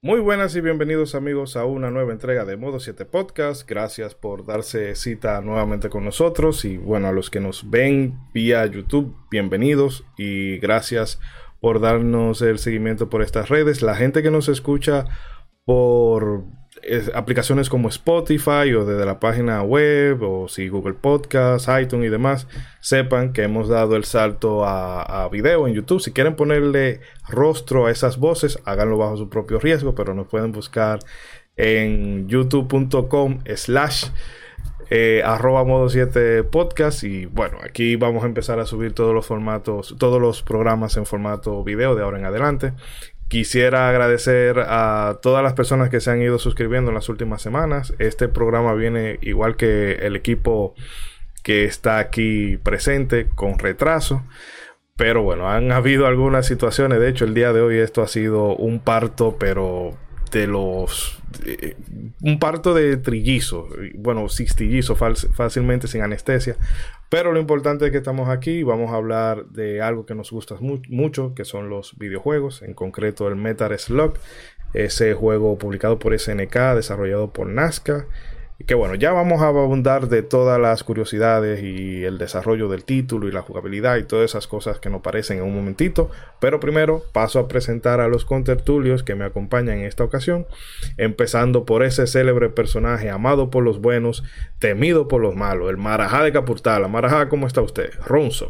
Muy buenas y bienvenidos amigos a una nueva entrega de Modo 7 Podcast. Gracias por darse cita nuevamente con nosotros y bueno, a los que nos ven vía YouTube, bienvenidos y gracias por darnos el seguimiento por estas redes. La gente que nos escucha por aplicaciones como Spotify o desde la página web o si Google Podcasts, iTunes y demás, sepan que hemos dado el salto a video en YouTube. Si quieren ponerle rostro a esas voces, háganlo bajo su propio riesgo, pero nos pueden buscar en youtube.com/ Modo 7 Podcast. Y bueno, aquí vamos a empezar a subir todos los formatos, todos los programas en formato video de ahora en adelante. Quisiera agradecer a todas las personas que se han ido suscribiendo en las últimas semanas. Este programa viene igual que el equipo que está aquí presente con retraso. Pero bueno, han habido algunas situaciones. De hecho, el día de hoy esto ha sido un parto, pero un parto de trillizos. Bueno, trillizos fácilmente sin anestesia. Pero lo importante es que estamos aquí y vamos a hablar de algo que nos gusta mucho, que son los videojuegos, en concreto el Metal Slug, ese juego publicado por SNK, desarrollado por Nazca. Y que bueno, ya vamos a abundar de todas las curiosidades y el desarrollo del título y la jugabilidad y todas esas cosas que nos parecen en un momentito. Pero primero paso a presentar a los contertulios que me acompañan en esta ocasión, empezando por ese célebre personaje amado por los buenos, temido por los malos, el Marajá de Capurtala. Marajá, ¿cómo está usted? Ronzo.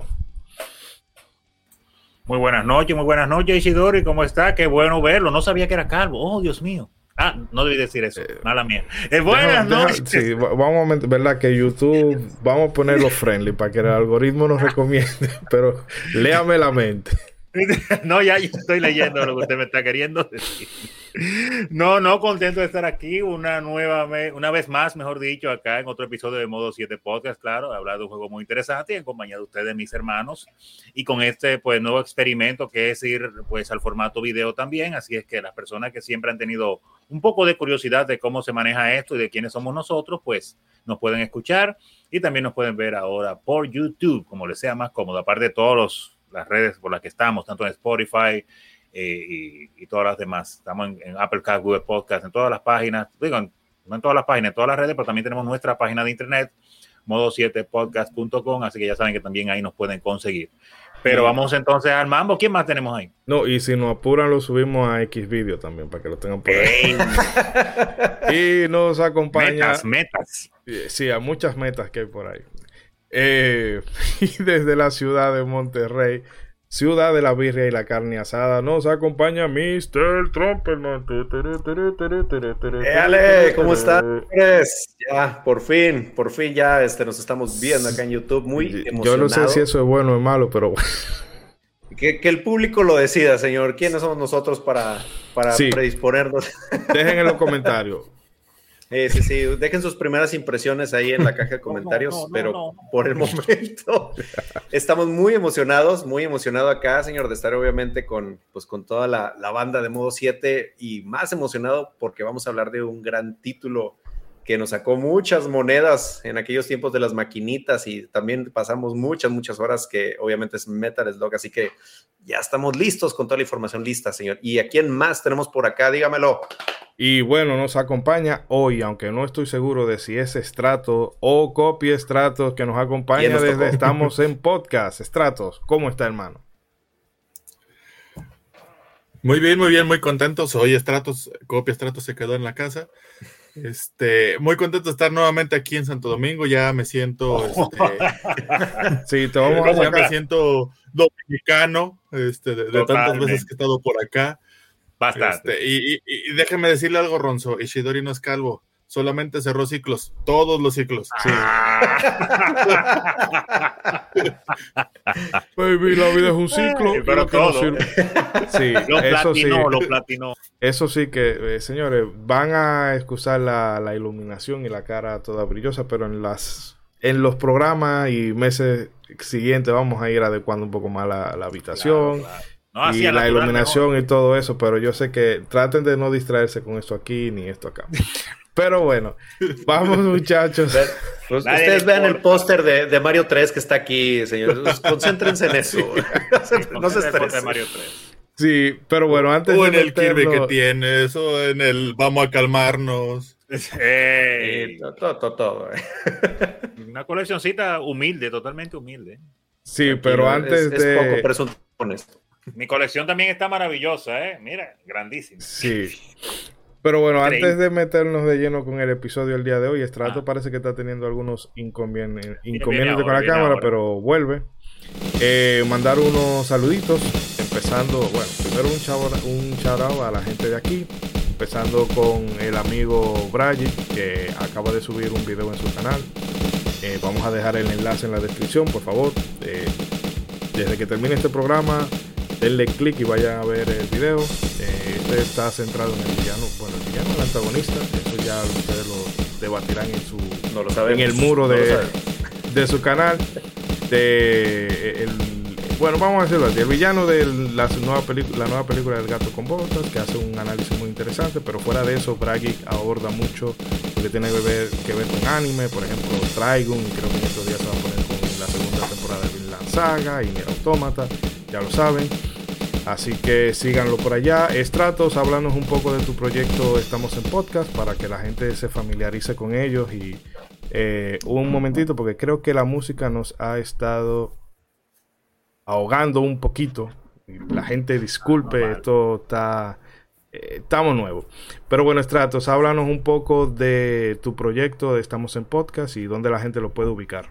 Muy buenas noches, Isidori, ¿cómo está? Qué bueno verlo, no sabía que era calvo, oh Dios mío. Ah, no debí decir eso, mala mía. Buenas noches. Sí, vamos a verdad que YouTube, vamos a ponerlo friendly para que el algoritmo nos recomiende, pero léame la mente. No, ya yo estoy leyendo lo que usted me está queriendo decir. No, contento de estar aquí una vez más, mejor dicho, acá en otro episodio de Modo 7 Podcast, claro, hablar de un juego muy interesante y en compañía de ustedes, mis hermanos, y con este pues nuevo experimento que es ir pues al formato video también, así es que las personas que siempre han tenido un poco de curiosidad de cómo se maneja esto y de quiénes somos nosotros, pues nos pueden escuchar y también nos pueden ver ahora por YouTube, como les sea más cómodo, aparte de todas las redes por las que estamos, tanto en Spotify y todas las demás. Estamos en Apple Cast, Google Podcast, en todas las páginas, digo, no en todas las páginas, en todas las redes, pero también tenemos nuestra página de internet, modo7podcast.com, así que ya saben que también ahí nos pueden conseguir. Pero vamos entonces al mambo. ¿Quién más tenemos ahí? No, y si nos apuran lo subimos a Xvideo también para que lo tengan por ahí. Y nos acompaña metas. Sí, a muchas metas que hay por ahí. Y desde la ciudad de Monterrey, ciudad de la birria y la carne asada, nos acompaña Mr. Trumpelman. ¡Ale! ¿Cómo están? Ya, por fin ya nos estamos viendo acá en YouTube, muy emocionado. Yo no sé si eso es bueno o malo, pero que el público lo decida, señor. ¿Quiénes somos nosotros para predisponernos? Dejen en los comentarios. Sí, dejen sus primeras impresiones ahí en la caja de comentarios, pero por el momento estamos muy emocionado acá, señor, de estar obviamente con toda la banda de Modo 7 y más emocionado porque vamos a hablar de un gran título que nos sacó muchas monedas en aquellos tiempos de las maquinitas y también pasamos muchas horas, que obviamente es Metal Slug, así que ya estamos listos con toda la información lista, señor. ¿Y a quién más tenemos por acá? Dígamelo. Y bueno, nos acompaña hoy, aunque no estoy seguro de si es Stratos o Copy Stratos que nos acompaña desde Estamos en Podcast. Stratos, ¿cómo está, hermano? Muy bien, muy contento. Soy Stratos, Copy Stratos se quedó en la casa. Muy contento de estar nuevamente aquí en Santo Domingo. Ya me siento sí, te vamos a ya me siento dominicano de tantas veces que he estado por acá. Bastante. Y déjeme decirle algo, Ronzo. Ishidori no es calvo, solamente cerró ciclos, todos los ciclos. Sí. Baby, la vida es un ciclo. Pero todo. Sí, lo platinó. Eso sí que, señores, van a excusar la iluminación y la cara toda brillosa, pero en los programas y meses siguientes vamos a ir adecuando un poco más la habitación. Claro. No, y la iluminación mejor. Y todo eso, pero yo sé que traten de no distraerse con esto aquí ni esto acá. Pero bueno, vamos muchachos. Ustedes vean el póster de Mario 3 que está aquí, señores. Concéntrense en eso. No se estresen. Mario 3. Sí, pero bueno, antes o de en el Kirby que meternos... tienes, o en el vamos a calmarnos. Todo. Una coleccioncita humilde, totalmente humilde. Sí, pero antes es de... poco, pero es honesto. Mi colección también está maravillosa, mira, grandísima. Sí. Pero bueno, Increíble. antes de meternos de lleno con el episodio del día de hoy, Strato parece que está teniendo algunos inconvenientes con la cámara, ahora. pero vuelve. Mandar unos saluditos, empezando, bueno, primero un shout out a la gente de aquí, empezando con el amigo Braille, que acaba de subir un video en su canal. Vamos a dejar el enlace en la descripción, por favor. Desde que termine este programa, denle click y vayan a ver el video. Este está centrado en el villano, el antagonista. Eso ya ustedes lo debatirán No lo sabemos. en el muro de su canal. Bueno, vamos a decirlo así, el villano de la nueva película del Gato con Botas, que hace un análisis muy interesante, pero fuera de eso, Bragic aborda mucho lo que tiene que ver con anime, por ejemplo, Trigun, y creo que en estos días se va a poner con la segunda temporada de Vinland Saga y Nier Automata, ya lo saben. Así que síganlo por allá. Stratos, háblanos un poco de tu proyecto Estamos en Podcast para que la gente se familiarice con ellos. Y un momentito, porque creo que la música nos ha estado ahogando un poquito. La gente disculpe, esto está... estamos nuevos. Pero bueno, Stratos, háblanos un poco de tu proyecto de Estamos en Podcast y dónde la gente lo puede ubicar.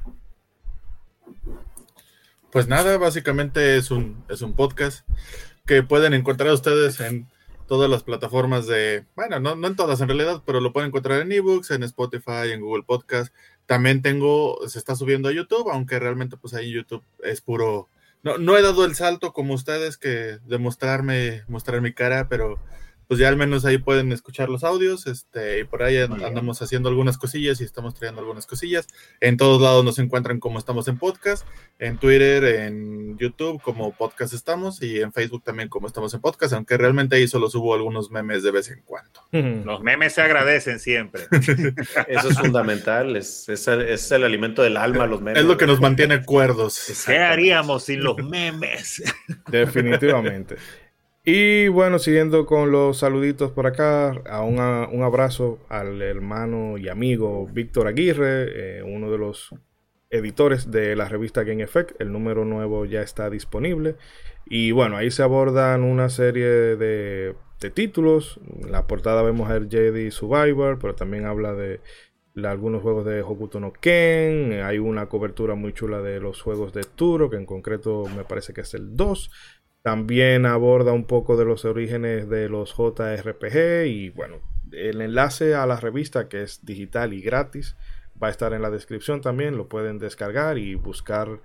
Pues nada, básicamente es un podcast que pueden encontrar ustedes en todas las plataformas bueno, no en todas en realidad, pero lo pueden encontrar en eBooks, en Spotify, en Google Podcast. También se está subiendo a YouTube, aunque realmente pues ahí YouTube es puro... No he dado el salto como ustedes que de mostrar mi cara, pero pues ya al menos ahí pueden escuchar los audios, y por ahí andamos haciendo algunas cosillas y estamos trayendo algunas cosillas. En todos lados nos encuentran como Estamos en Podcast, en Twitter, en YouTube como Podcast Estamos y en Facebook también como Estamos en Podcast, aunque realmente ahí solo subo algunos memes de vez en cuando. Los memes se agradecen siempre. Eso es fundamental, es el alimento del alma, los memes. Es lo que nos mantiene cuerdos. ¿Qué haríamos sin los memes? Definitivamente. Y bueno, siguiendo con los saluditos por acá, un abrazo al hermano y amigo Víctor Aguirre, uno de los editores de la revista Game Effect. El número nuevo ya está disponible. Y bueno, ahí se abordan una serie de títulos. En la portada vemos el Jedi Survivor, pero también habla de algunos juegos de Hokuto no Ken. Hay una cobertura muy chula de los juegos de Turo, que en concreto me parece que es el 2. También aborda un poco de los orígenes de los JRPG y bueno, el enlace a la revista, que es digital y gratis, va a estar en la descripción también. Lo pueden descargar y buscar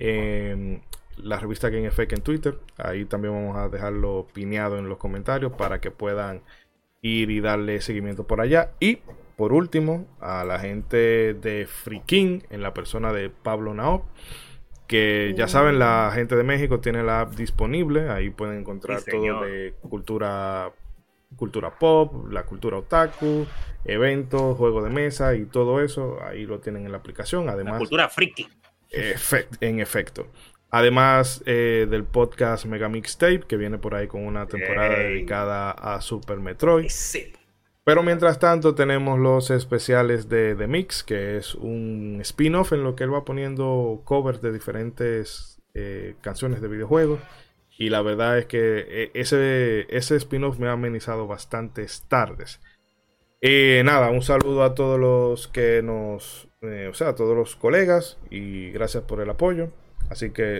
la revista Game Effect en Twitter. Ahí también vamos a dejarlo pineado en los comentarios para que puedan ir y darle seguimiento por allá. Y por último, a la gente de Freaking, en la persona de Pablo Naop, que ya saben, la gente de México tiene la app disponible. Ahí pueden encontrar todo de cultura pop, la cultura otaku, eventos, juegos de mesa y todo eso. Ahí lo tienen en la aplicación. Además, la cultura friki. En efecto. Además del podcast Mega Mixtape, que viene por ahí con una temporada dedicada a Super Metroid. Sí. Pero mientras tanto tenemos los especiales de The Mix, que es un spin-off en lo que él va poniendo covers de diferentes canciones de videojuegos. Y la verdad es que ese spin-off me ha amenizado bastantes tardes. Nada, un saludo a todos los que a todos los colegas, y gracias por el apoyo. Así que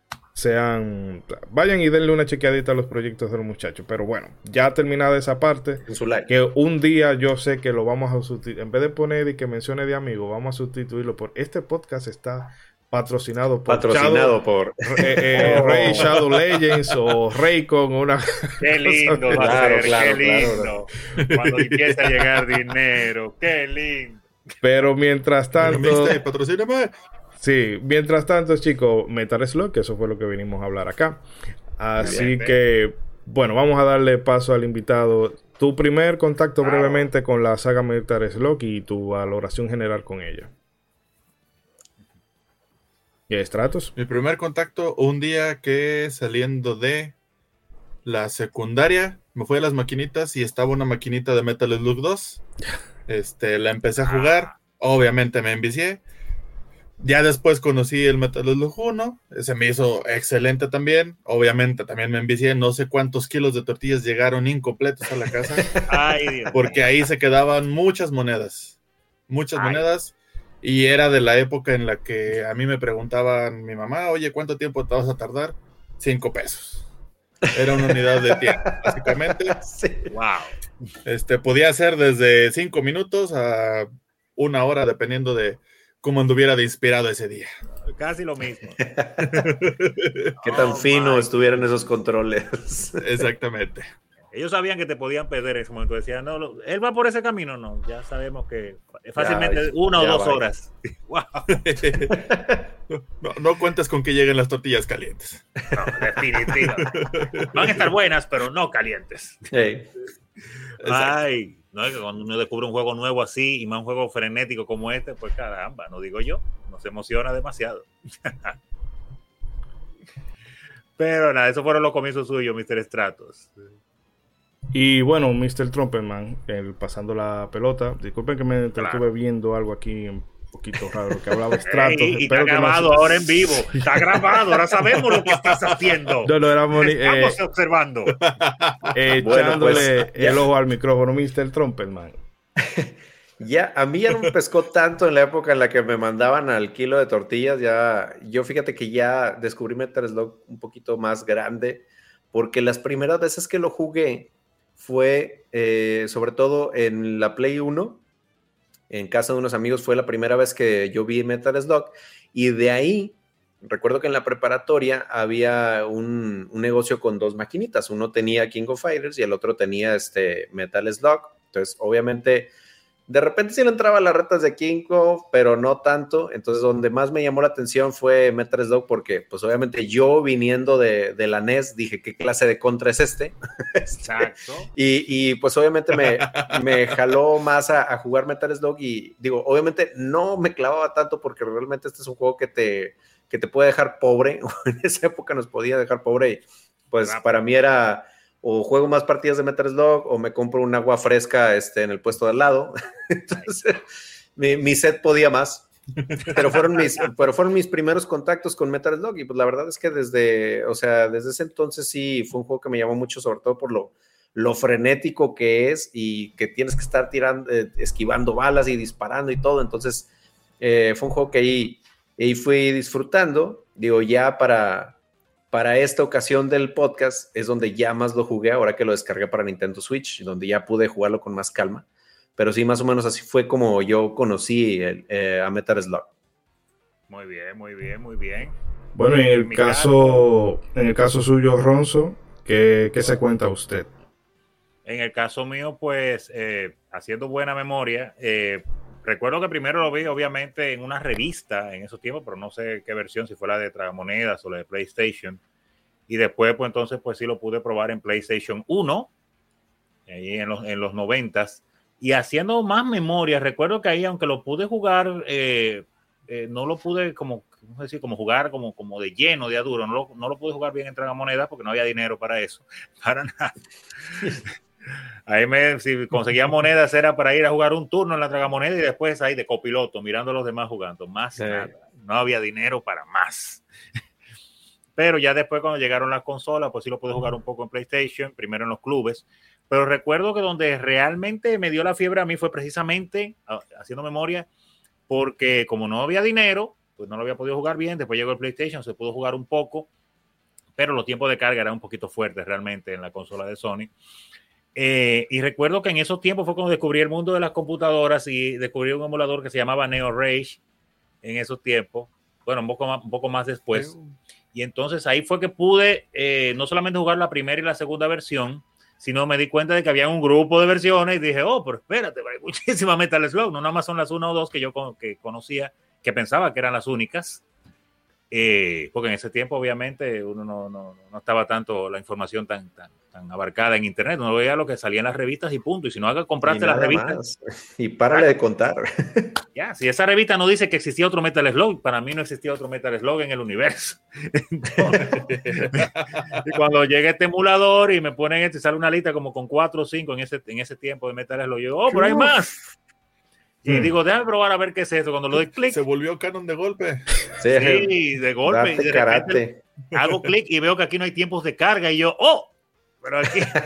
vayan y denle una chequeadita a los proyectos de los muchachos. Pero bueno, ya terminada esa parte, en su like. Que un día yo sé que lo vamos a sustituir. En vez de poner y que mencione de amigo, vamos a sustituirlo por este podcast está patrocinado por Rey Shadow Legends o Rey con una... Qué lindo va a ser, qué lindo. Cuando empieza a llegar dinero, qué lindo. Pero mientras tanto... Patrocíname. Sí, mientras tanto, chicos, Metal Slug, que eso fue lo que vinimos a hablar acá. Así que, bueno, vamos a darle paso al invitado. Tu primer contacto brevemente con la saga Metal Slug y tu valoración general con ella. ¿Y Stratos? Mi primer contacto, un día que saliendo de la secundaria, me fui a las maquinitas y estaba una maquinita de Metal Slug 2. La empecé a jugar, obviamente me envicié. Ya después conocí el Metal Slug 1, se me hizo excelente también. Obviamente también me envicié, no sé cuántos kilos de tortillas llegaron incompletos a la casa. Ay, Dios. Porque ahí se quedaban muchas monedas. Monedas. Y era de la época en la que a mí me preguntaban mi mamá, oye, ¿cuánto tiempo te vas a tardar? 5 pesos. Era una unidad de tiempo, básicamente. Sí. Wow. Podía ser desde 5 minutos a 1 hora, dependiendo de cómo anduviera de inspirado ese día. Casi lo mismo. Qué tan fino estuvieran esos controles. Exactamente. Ellos sabían que te podían perder en ese momento. Decían, no, él va por ese camino. No, ya sabemos que fácilmente 1 o 2 horas. Wow. No cuentes con que lleguen las tortillas calientes. No, definitivo. Van a estar buenas, pero no calientes. Hey. Ay, no, es que cuando uno descubre un juego nuevo así y más un juego frenético como este, pues caramba, no digo yo, nos emociona demasiado. Pero nada, esos fueron los comienzos suyos, Mr. Stratos. Y bueno, Mr. Trumpetman, pasando la pelota. Disculpen que me estuve viendo algo aquí un poquito raro, que hablaba Stratos. Y está grabado ahora en vivo. Está grabado, ahora sabemos lo que estás haciendo. No, éramos estamos observando. Echándole el ojo al micrófono, Mr. Trumpetman. A mí ya no me pescó tanto en la época en la que me mandaban al kilo de tortillas. Yo fíjate que ya descubrí Metal Slug un poquito más grande, porque las primeras veces que lo jugué fue sobre todo en la Play 1, en casa de unos amigos. Fue la primera vez que yo vi Metal Slug, y de ahí recuerdo que en la preparatoria había un negocio con 2 maquinitas. Uno tenía King of Fighters y el otro tenía Metal Slug. Entonces obviamente de repente sí le entraba las retas de King of, pero no tanto. Entonces donde más me llamó la atención fue Metal Slug, porque pues obviamente yo viniendo de la NES dije, ¿qué clase de contra es este? Exacto. Y pues obviamente me jaló más a jugar Metal Slug, y digo, obviamente no me clavaba tanto porque realmente este es un juego que te puede dejar pobre. En esa época nos podía dejar pobre, y pues para mí era o juego más partidas de Metal Slug o me compro un agua fresca en el puesto de al lado. Entonces mi set podía más, pero fueron mis primeros contactos con Metal Slug, y pues la verdad es que desde ese entonces sí fue un juego que me llamó mucho, sobre todo por lo frenético que es y que tienes que estar tirando, esquivando balas y disparando y todo. Entonces fue un juego que ahí fui disfrutando. Digo, ya para esta ocasión del podcast es donde ya más lo jugué, ahora que lo descargué para Nintendo Switch, donde ya pude jugarlo con más calma. Pero sí, más o menos así fue como yo conocí a Metal Slug. Muy bien, muy bien, muy bien. Bueno, en el caso suyo, Ronzo, ¿qué se cuenta usted? En el caso mío, pues, haciendo buena memoria, recuerdo que primero lo vi, obviamente, en una revista en esos tiempos, pero no sé qué versión, si fue la de Tragamonedas o la de PlayStation. Y después, pues, entonces, pues sí lo pude probar en PlayStation 1, ahí en los 90s. Y haciendo más memoria, recuerdo que ahí, aunque lo pude jugar, no lo pude como jugar como de lleno, de aduro. No lo pude jugar bien en Tragamonedas porque no había dinero para eso, para nada. Ahí si conseguía monedas era para ir a jugar un turno en la tragamoneda y después ahí de copiloto mirando a los demás jugando, más nada, no había dinero para más. Pero ya después, cuando llegaron las consolas, pues sí lo pude jugar un poco en PlayStation, primero en los clubes. Pero recuerdo que donde realmente me dio la fiebre a mí fue precisamente, haciendo memoria, porque como no había dinero, pues no lo había podido jugar bien. Después llegó el PlayStation, se pudo jugar un poco, pero los tiempos de carga eran un poquito fuertes realmente en la consola de Sony. Y recuerdo que en esos tiempos fue cuando descubrí el mundo de las computadoras y descubrí un emulador que se llamaba Neo Rage en esos tiempos, bueno, un poco más después. Y entonces ahí fue que pude no solamente jugar la primera y la segunda versión, sino me di cuenta de que había un grupo de versiones y dije, pero espérate, hay muchísimas Metal Slug, no nada más son las 1 o 2 que yo que conocía, que pensaba que eran las únicas. porque en ese tiempo obviamente uno no estaba tanto la información tan abarcada en internet, uno veía lo que salía en las revistas y punto, y si no haga comprarte las revistas y párale de contar. Ya, si esa revista no dice que existía otro Metal Slug, para mí no existía otro Metal Slug en el universo. Entonces, y cuando llega este emulador y me ponen y sale una lista como con 4 o 5 en ese tiempo de Metal Slug, yo, pero hay más. Y digo, déjame probar a ver qué es esto. Cuando lo doy clic, se volvió canon de golpe. Sí, de golpe. Y de repente hago clic y veo que aquí no hay tiempos de carga. Y yo, pero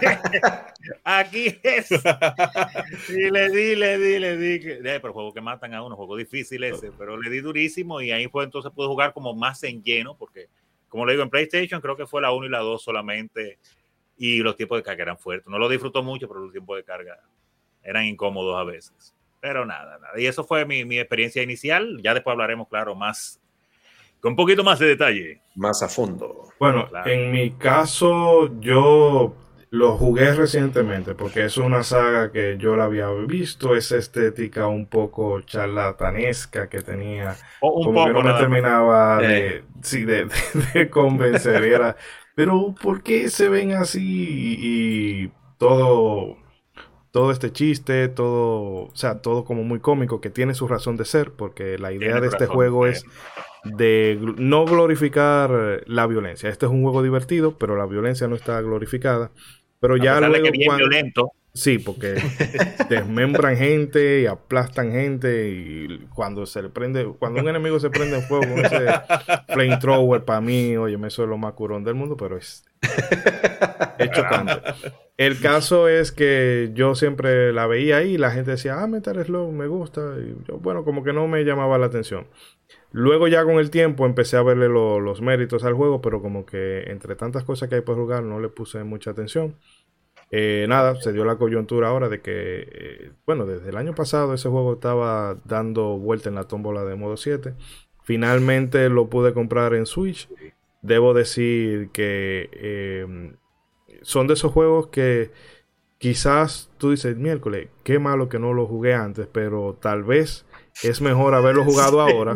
aquí es. Y le di. Pero juego que matan a uno, juego difícil ese. Pero le di durísimo y ahí fue entonces pude jugar como más en lleno. Porque, como le digo, en PlayStation creo que fue la 1 y la 2 solamente. Y los tiempos de carga eran fuertes. No lo disfruto mucho, pero los tiempos de carga eran incómodos a veces. Pero nada. Y eso fue mi experiencia inicial. Ya después hablaremos, claro, más, con un poquito más de detalle. Más a fondo. Bueno, claro. En mi caso, yo lo jugué recientemente porque es una saga que yo la había visto, esa estética un poco charlatanesca que tenía. Como que no me terminaba de convencer. Era, pero ¿por qué se ven así? Y todo este chiste, todo como muy cómico, que tiene su razón de ser, porque la idea de este juego es de no glorificar la violencia. Este es un juego divertido, pero la violencia no está glorificada. Pero ya luego que bien violento. Sí, porque desmembran gente y aplastan gente, y cuando un enemigo se prende en fuego con ese flamethrower, para mí, oye, eso es lo más curón del mundo, pero es chocante. El caso es que yo siempre la veía ahí y la gente decía, Metal Slug me gusta, y yo, bueno, como que no me llamaba la atención. Luego ya con el tiempo empecé a verle los méritos al juego, pero como que entre tantas cosas que hay por jugar no le puse mucha atención. Nada, se dio la coyuntura ahora de que, desde el año pasado ese juego estaba dando vuelta en la tómbola de modo 7. Finalmente lo pude comprar en Switch. Debo decir que son de esos juegos que quizás tú dices, miércoles, qué malo que no lo jugué antes, pero tal vez es mejor haberlo jugado ahora.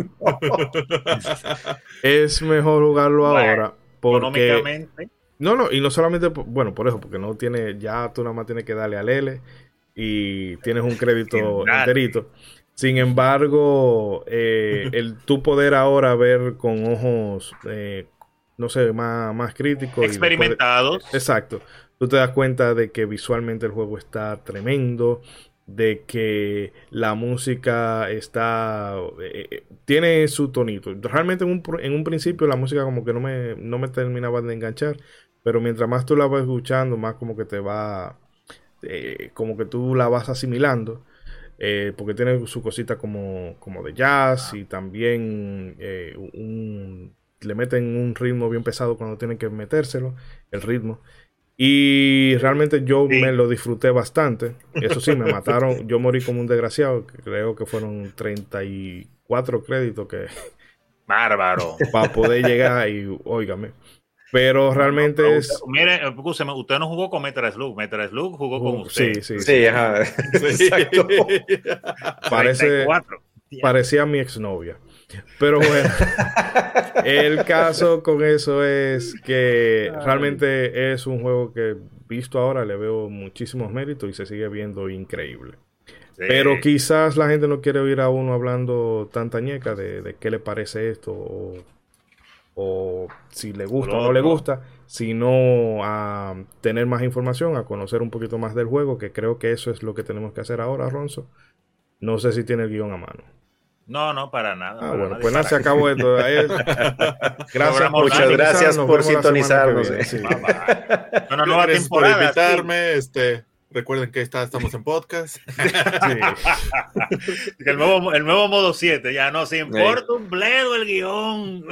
Es mejor jugarlo ahora porque... Económicamente. No, y no solamente, por eso, porque no tiene, ya tú nada más tienes que darle al L y tienes un crédito enterito. Sin embargo, el tú poder ahora ver con ojos, no sé, más críticos. Experimentados. Exacto. Tú te das cuenta de que visualmente el juego está tremendo, de que la música tiene su tonito. Realmente en un principio la música como que no me terminaba de enganchar. Pero mientras más tú la vas escuchando, más como que te va... como que tú la vas asimilando. Porque tiene su cosita como de jazz. Y también le meten un ritmo bien pesado cuando tienen que metérselo. El ritmo. Y realmente yo me lo disfruté bastante. Eso sí, me mataron. Yo morí como un desgraciado. Creo que fueron 34 créditos que... Bárbaro. Para poder llegar y... Óigame. Pero realmente es... Mire, usted no jugó con Metal Slug. Metal Slug jugó con usted. Sí, ajá. Exacto. Parecía mi exnovia. Pero bueno, el caso con eso es que realmente es un juego que, visto ahora, le veo muchísimos méritos y se sigue viendo increíble. Sí. Pero quizás la gente no quiere oír a uno hablando tanta ñeca de qué le parece esto o si le gusta o no le gusta, sino a tener más información, a conocer un poquito más del juego, que creo que eso es lo que tenemos que hacer ahora, Ronzo. No sé si tiene el guión a mano. No, para nada. Bueno, pues nada, se acabó esto. Gracias, muchas gracias por sintonizarnos. Una nueva temporada. Por invitarme, recuerden que estamos en podcast. Sí. El nuevo modo 7, ya no se importa un bledo el guión.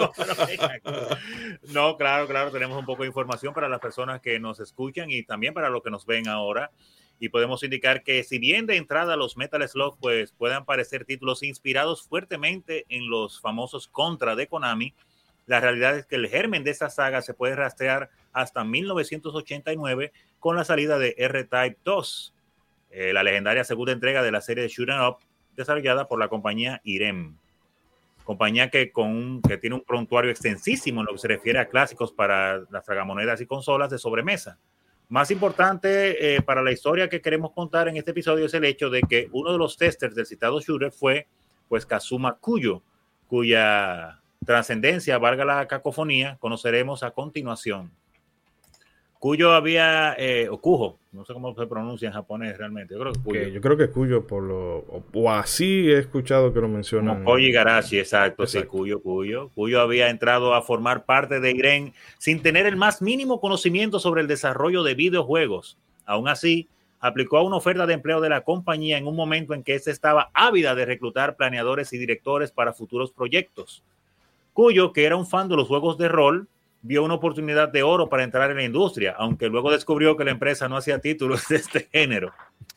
No, claro, tenemos un poco de información para las personas que nos escuchan y también para los que nos ven ahora. Y podemos indicar que si bien de entrada los Metal Slug pues puedan parecer títulos inspirados fuertemente en los famosos Contra de Konami, la realidad es que el germen de esta saga se puede rastrear hasta 1989 con la salida de R-Type 2, la legendaria segunda entrega de la serie de Shoot 'em Up desarrollada por la compañía Irem. compañía que tiene un prontuario extensísimo en lo que se refiere a clásicos para las tragamonedas y consolas de sobremesa. Más importante para la historia que queremos contar en este episodio es el hecho de que uno de los testers del citado shooter fue pues Kazuma Kuyo, cuya trascendencia, valga la cacofonía, conoceremos a continuación. Kuyo había, o Kujo, no sé cómo se pronuncia en japonés realmente, yo creo que Kuyo. Yo creo que Kuyo o así he escuchado que lo mencionan. Como Koji Garashi, exacto. Sí, Kuyo había entrado a formar parte de Irem sin tener el más mínimo conocimiento sobre el desarrollo de videojuegos. Aún así, aplicó a una oferta de empleo de la compañía en un momento en que éste estaba ávida de reclutar planeadores y directores para futuros proyectos. Kuyo, que era un fan de los juegos de rol, vio una oportunidad de oro para entrar en la industria, aunque luego descubrió que la empresa no hacía títulos de este género.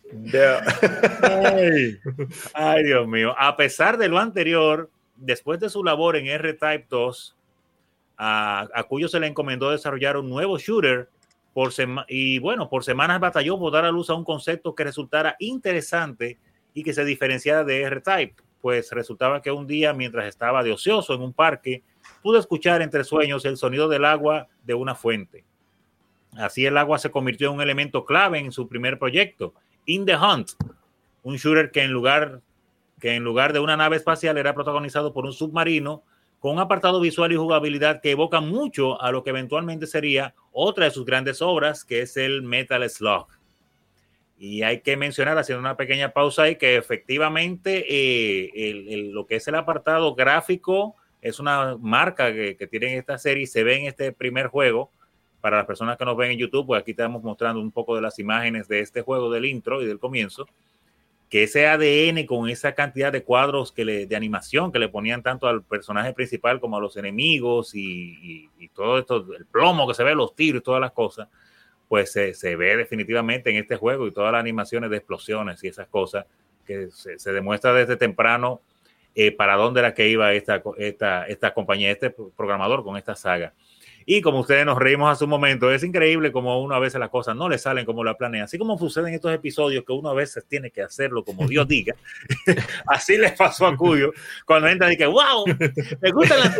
Ay, Dios mío. A pesar de lo anterior, después de su labor en R-Type 2, a Kuyo se le encomendó desarrollar un nuevo shooter por semanas batalló por dar a luz a un concepto que resultara interesante y que se diferenciara de R-Type, pues resultaba que un día, mientras estaba de ocioso en un parque, pudo escuchar entre sueños el sonido del agua de una fuente. Así el agua se convirtió en un elemento clave en su primer proyecto, In the Hunt, un shooter que en lugar de una nave espacial era protagonizado por un submarino con un apartado visual y jugabilidad que evoca mucho a lo que eventualmente sería otra de sus grandes obras, que es el Metal Slug. Y hay que mencionar, haciendo una pequeña pausa ahí, que efectivamente lo que es el apartado gráfico es una marca que tiene esta serie y se ve en este primer juego. Para las personas que nos ven en YouTube, pues aquí estamos mostrando un poco de las imágenes de este juego, del intro y del comienzo, que ese ADN con esa cantidad de cuadros de animación que le ponían tanto al personaje principal como a los enemigos y todo esto, el plomo que se ve, los tiros y todas las cosas, pues se ve definitivamente en este juego, y todas las animaciones de explosiones y esas cosas que se demuestra desde temprano para dónde era que iba esta compañía, este programador con esta saga. Y como ustedes nos reímos hace un momento, es increíble como uno a veces las cosas no le salen como la planea. Así como sucede en estos episodios que uno a veces tiene que hacerlo como Dios diga. Así le pasó a Kuyo cuando entra y dice, wow, me gustan las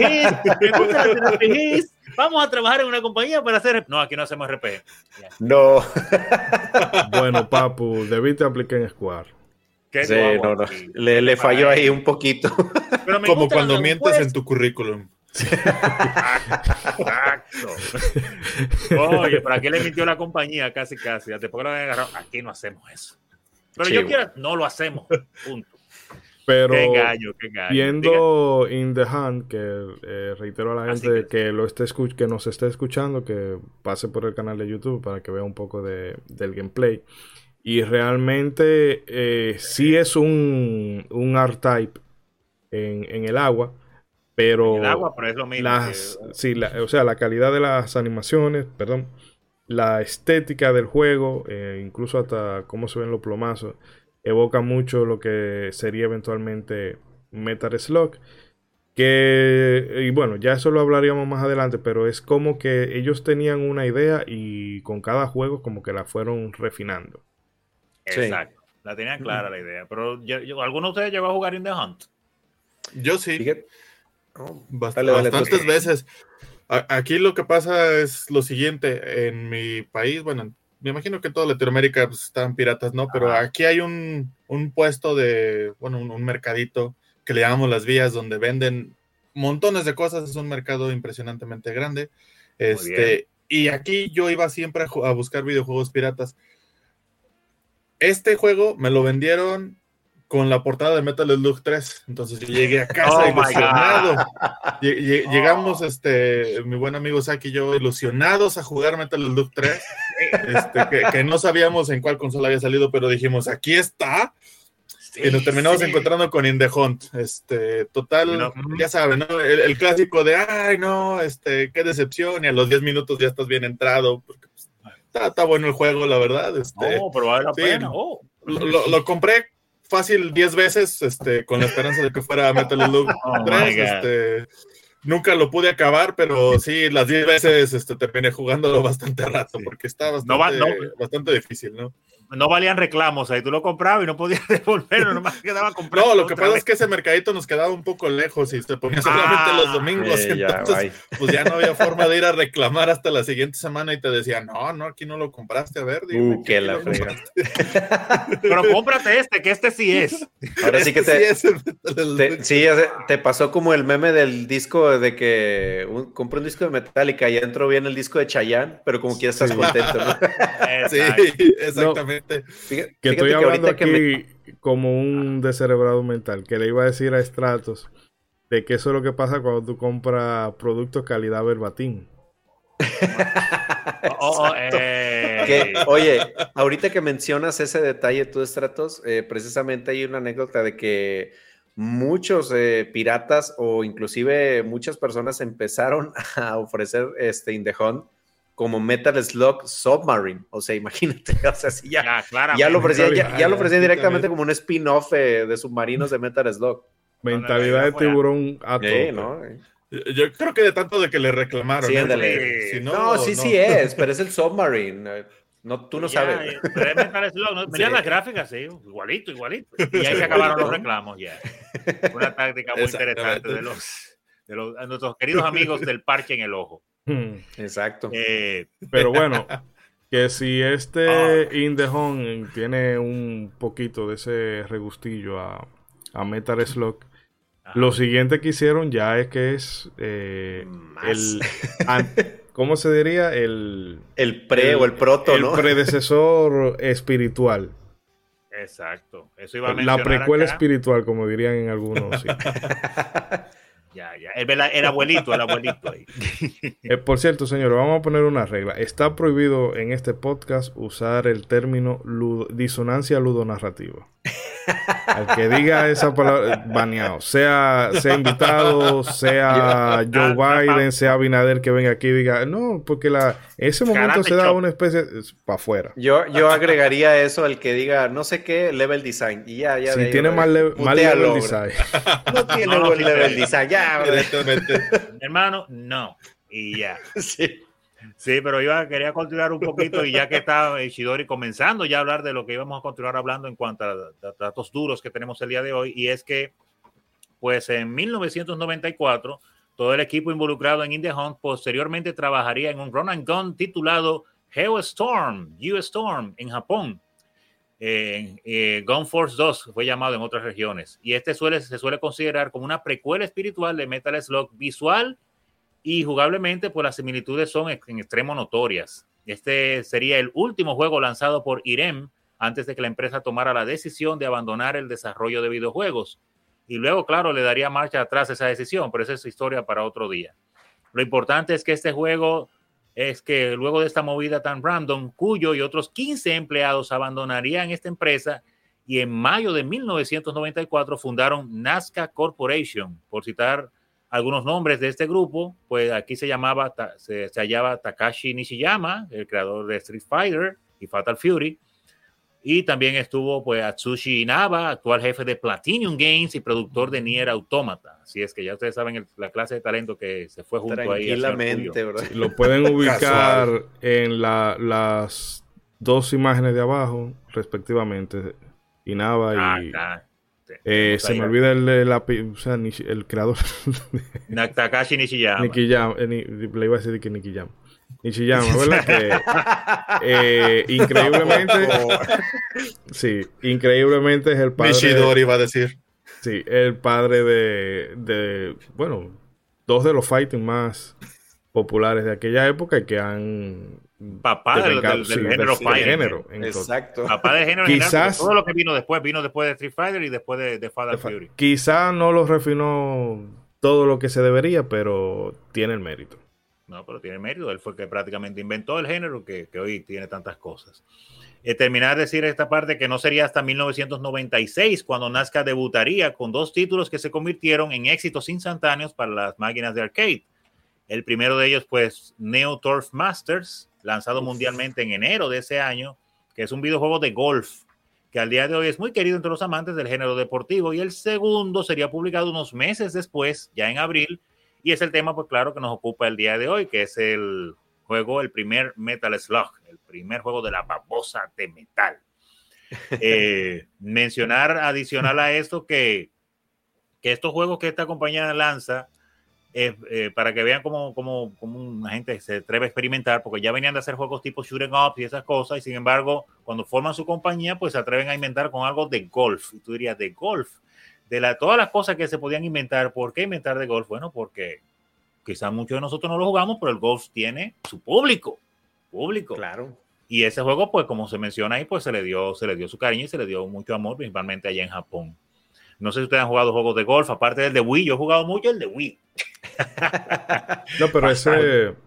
RPGs, vamos a trabajar en una compañía para hacer... No, aquí no hacemos RPG. Ya. No. Bueno, papu, debiste aplicar en Square. Sí, no. Le falló ahí un poquito. Pero como cuando mientes en tu currículum. Exacto. Oye, pero aquí le mintió la compañía casi. Después lo han agarrado. Aquí no hacemos eso. Pero sí, yo quiero, no lo hacemos. Punto. Pero qué gallo. Viendo In the Hunt, que reitero a la gente que que nos esté escuchando, que pase por el canal de YouTube para que vea un poco del gameplay. Y realmente sí es un R-Type en el agua. Pero, el agua, pero es lo mismo. La calidad de las animaciones, la estética del juego, incluso hasta cómo se ven los plomazos, evoca mucho lo que sería eventualmente Metal Slug. Y bueno, ya eso lo hablaríamos más adelante, pero es como que ellos tenían una idea y con cada juego como que la fueron refinando. Exacto, sí. La tenían clara la idea. Pero ¿alguno de ustedes llegó a jugar In the Hunt? Yo sí. Fíjate. Bastantes veces. Aquí lo que pasa es lo siguiente. En mi país, bueno, me imagino que en toda Latinoamérica pues, están piratas, ¿no? Pero aquí hay un puesto un mercadito que le llamamos Las Vías, donde venden montones de cosas. Es un mercado impresionantemente grande. Y aquí yo iba siempre a buscar videojuegos piratas. Este juego me lo vendieron con la portada de Metal Slug 3. Entonces yo llegué a casa ilusionado. Llegamos, mi buen amigo Saki y yo, ilusionados a jugar Metal Slug 3. Que no sabíamos en cuál consola había salido, pero dijimos, aquí está. Sí, y nos terminamos encontrando con In the Hunt. Total, ya saben, ¿no? El clásico de, ay, no, qué decepción. Y a los 10 minutos ya estás bien entrado. Porque pues, está bueno el juego, la verdad. No, pero vale la pena. Lo compré fácil 10 veces, con la esperanza de que fuera Metal Slug 3. Nunca lo pude acabar, pero sí, las 10 veces terminé jugándolo bastante rato, porque está bastante difícil, ¿no? no valían reclamos ahí, tú lo comprabas y no podías devolverlo, nomás quedaba comprando. No, lo que pasa es que ese mercadito nos quedaba un poco lejos y se ponía solamente los domingos, entonces pues ya no había forma de ir a reclamar hasta la siguiente semana y te decían, no, aquí no lo compraste, a ver, dime. Que la frega. Pero cómprate que este sí es. Ahora sí que te pasó como el meme del disco de que compré un disco de Metallica y adentro viene el disco de Chayanne, pero como quieras estás contento, ¿no? Sí, exactamente. No, fíjate que estoy hablando aquí como un descerebrado mental, que le iba a decir a Stratos de que eso es lo que pasa cuando tú compras productos calidad verbatim. Oye, ahorita que mencionas ese detalle tú, Stratos, precisamente hay una anécdota de que muchos piratas o inclusive muchas personas empezaron a ofrecer In the Hunt como Metal Slug Submarine, o sea, imagínate, o sea, si ya lo ofrecían, ya lo ofrecían directamente como un spin-off de submarinos de Metal Slug. Mentalidad de tiburón a todo. ¿no? Yo creo que de tanto de que le reclamaron. Sí, sí es, pero es el Submarine. No, tú no sabes. Pero es Metal Slug, ¿no? Mirá las gráficas, sí, igualito. Y ahí se acabaron los reclamos ya. Una táctica muy interesante de nuestros queridos amigos del parche en el ojo. Exacto. Pero bueno, que si In the Hunt tiene un poquito de ese regustillo a Metal Slug, lo siguiente que hicieron ya es que es ¿cómo se diría? El proto, ¿no? El predecesor espiritual. Exacto. Eso iba a mencionar la precuela acá. Espiritual, como dirían en algunos. Sí. Ya. El abuelito ahí. Por cierto, señores, vamos a poner una regla. Está prohibido en este podcast usar el término disonancia ludonarrativa. Al que diga esa palabra, baneado. Sea invitado, sea Joe Biden, sea Abinader que venga aquí y diga, no, porque ese momento se da una especie para afuera. Yo agregaría eso al que diga, no sé qué, level design. Y ya. Si tiene mal level design. No tiene buen level design, ya. Hermano, no. Y ya. Sí, pero quería continuar un poquito y ya que está Ishidori comenzando ya a hablar de lo que íbamos a continuar hablando en cuanto a datos duros que tenemos el día de hoy, y es que pues en 1994 todo el equipo involucrado en In the Hunt posteriormente trabajaría en un run and gun titulado Geostorm en Japón. Gun Force 2 fue llamado en otras regiones, y se suele considerar como una precuela espiritual de Metal Slug visual y jugablemente, pues las similitudes son en extremo notorias. Este sería el último juego lanzado por Irem antes de que la empresa tomara la decisión de abandonar el desarrollo de videojuegos. Y luego, claro, le daría marcha atrás esa decisión, pero esa es historia para otro día. Lo importante es que este juego es que luego de esta movida tan random, Cuyo y otros 15 empleados abandonarían esta empresa y en mayo de 1994 fundaron Nazca Corporation, por citar algunos nombres de este grupo. Pues aquí se hallaba Takashi Nishiyama, el creador de Street Fighter y Fatal Fury, y también estuvo pues Atsushi Inaba, actual jefe de Platinum Games y productor de Nier Automata. Así es que ya ustedes saben la clase de talento que se fue junto ahí. Tranquilamente, bro. Lo pueden ubicar en las dos imágenes de abajo, respectivamente, Inaba y... se me olvida el creador. Takashi Nishiyama. Le iba a decir que Nishiyama, ¿verdad? Que increíblemente es el padre. Nishidori iba a decir. Sí, el padre de dos de los fighting más populares de aquella época y que han papá del género fighting. Exacto. Papá del género. Quizás todo lo que vino después de Street Fighter y después de Fatal Fury. Quizás no lo refinó todo lo que se debería, pero tiene el mérito. No, pero tiene mérito. Él fue el que prácticamente inventó el género que hoy tiene tantas cosas. Terminar de decir esta parte que no sería hasta 1996 cuando Nazca debutaría con dos títulos que se convirtieron en éxitos instantáneos para las máquinas de arcade. El primero de ellos, pues, Neo Turf Masters, lanzado mundialmente en enero de ese año, que es un videojuego de golf que al día de hoy es muy querido entre los amantes del género deportivo. Y el segundo sería publicado unos meses después, ya en abril, y es el tema, pues claro, que nos ocupa el día de hoy, que es el primer Metal Slug, el primer juego de la babosa de metal. Mencionar adicional a esto que estos juegos que esta compañía lanza, para que vean cómo una gente se atreve a experimentar, porque ya venían de hacer juegos tipo shooting up y esas cosas, y sin embargo, cuando forman su compañía, pues se atreven a inventar con algo de golf. Y tú dirías, ¿de golf? Todas las cosas que se podían inventar, ¿por qué inventar de golf? Bueno, porque quizás muchos de nosotros no lo jugamos, pero el golf tiene su público. Claro. Y ese juego, pues como se menciona ahí, pues se le dio su cariño y se le dio mucho amor, principalmente allá en Japón. No sé si ustedes han jugado juegos de golf, aparte del de Wii. Yo he jugado mucho el de Wii. No, pero ese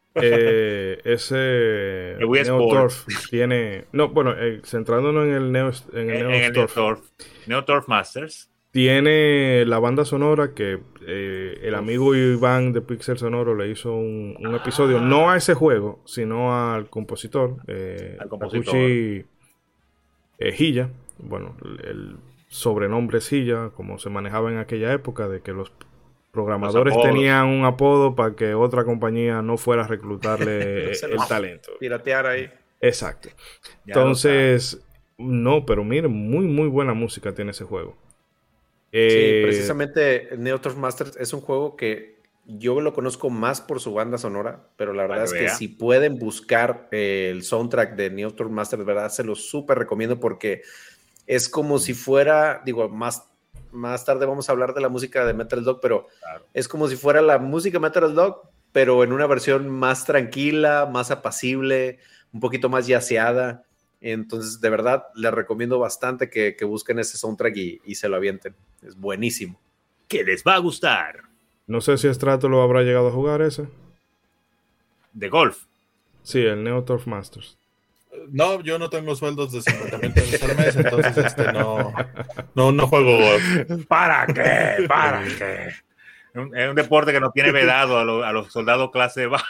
Neoturf tiene... No, bueno, centrándonos en el Neoturf Masters. Tiene la banda sonora que el amigo Iván de Pixel Sonoro le hizo un episodio, no a ese juego, sino al compositor, Takushi Hiya. Bueno, el sobrenombre es Hiya, como se manejaba en aquella época, de que los programadores tenían un apodo para que otra compañía no fuera a reclutarle el talento. Piratear ahí. Exacto. Entonces, no, pero miren, muy, muy buena música tiene ese juego. Sí, precisamente Neoturf Masters es un juego que yo lo conozco más por su banda sonora, pero la verdad es que si pueden buscar el soundtrack de Neoturf Masters, de verdad se lo súper recomiendo porque es como si fuera, digo, más tarde vamos a hablar de la música de Metal Slug, pero es como si fuera la música Metal Slug, pero en una versión más tranquila, más apacible, un poquito más yaceada. Entonces, de verdad, les recomiendo bastante que busquen ese soundtrack y se lo avienten. Es buenísimo. Que les va a gustar. No sé si Strato lo habrá llegado a jugar ese. ¿De golf? Sí, el Neoturf Masters. No, yo no tengo sueldos de $50,000 al mes, entonces no juego golf. ¿Para qué? Es un deporte que nos tiene vedado a los soldados clase baja.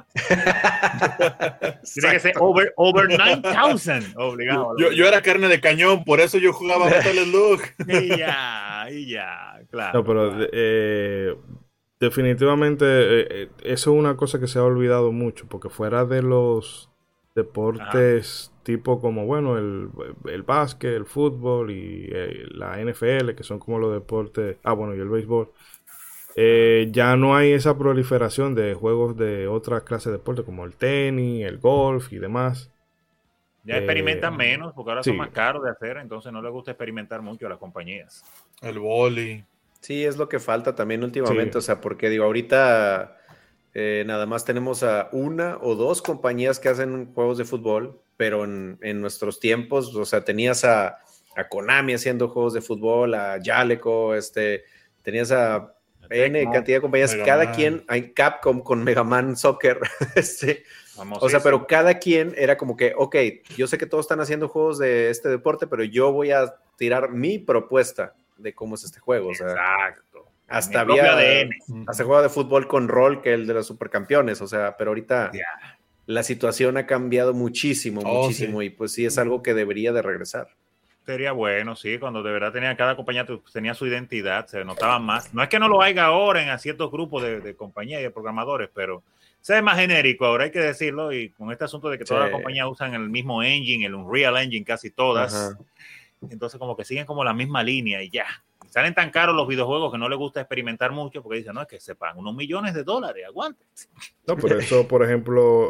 Tiene que ser over 9,000 obligado. Yo era carne de cañón, por eso yo jugaba Metal Slug. Y ya, claro. No, pero definitivamente eso es una cosa que se ha olvidado mucho, porque fuera de los deportes tipo como, bueno, el básquet, el fútbol y la NFL, que son como los deportes, y el béisbol. Ya no hay esa proliferación de juegos de otras clases de deporte como el tenis, el golf y demás. Ya experimentan menos porque ahora son más caros de hacer, entonces no les gusta experimentar mucho a las compañías. El vóley. Sí, es lo que falta también últimamente, o sea, porque digo, ahorita nada más tenemos a una o dos compañías que hacen juegos de fútbol, pero en nuestros tiempos, o sea, tenías a Konami haciendo juegos de fútbol, a Jaleco, tenías a N cantidad de compañías, cada quien, hay Capcom con Mega Man Soccer, o sea, pero cada quien era como que, ok, yo sé que todos están haciendo juegos de este deporte, pero yo voy a tirar mi propuesta de cómo es este juego, o sea, exacto. Hasta había hasta juego de fútbol con rol que el de los supercampeones, o sea, pero ahorita la situación ha cambiado muchísimo, y pues sí es algo que debería de regresar. Sería bueno, sí, cuando de verdad cada compañía tenía su identidad, se notaba más. No es que no lo haya ahora en ciertos grupos de compañías y de programadores, pero se ve más genérico ahora, hay que decirlo, y con este asunto de que todas las compañías usan el mismo engine, el Unreal Engine, casi todas. Ajá. Entonces como que siguen como la misma línea y ya. Salen tan caros los videojuegos que no les gusta experimentar mucho porque dicen, no, es que se pagan unos millones de dólares, aguante. No, pero eso, por ejemplo,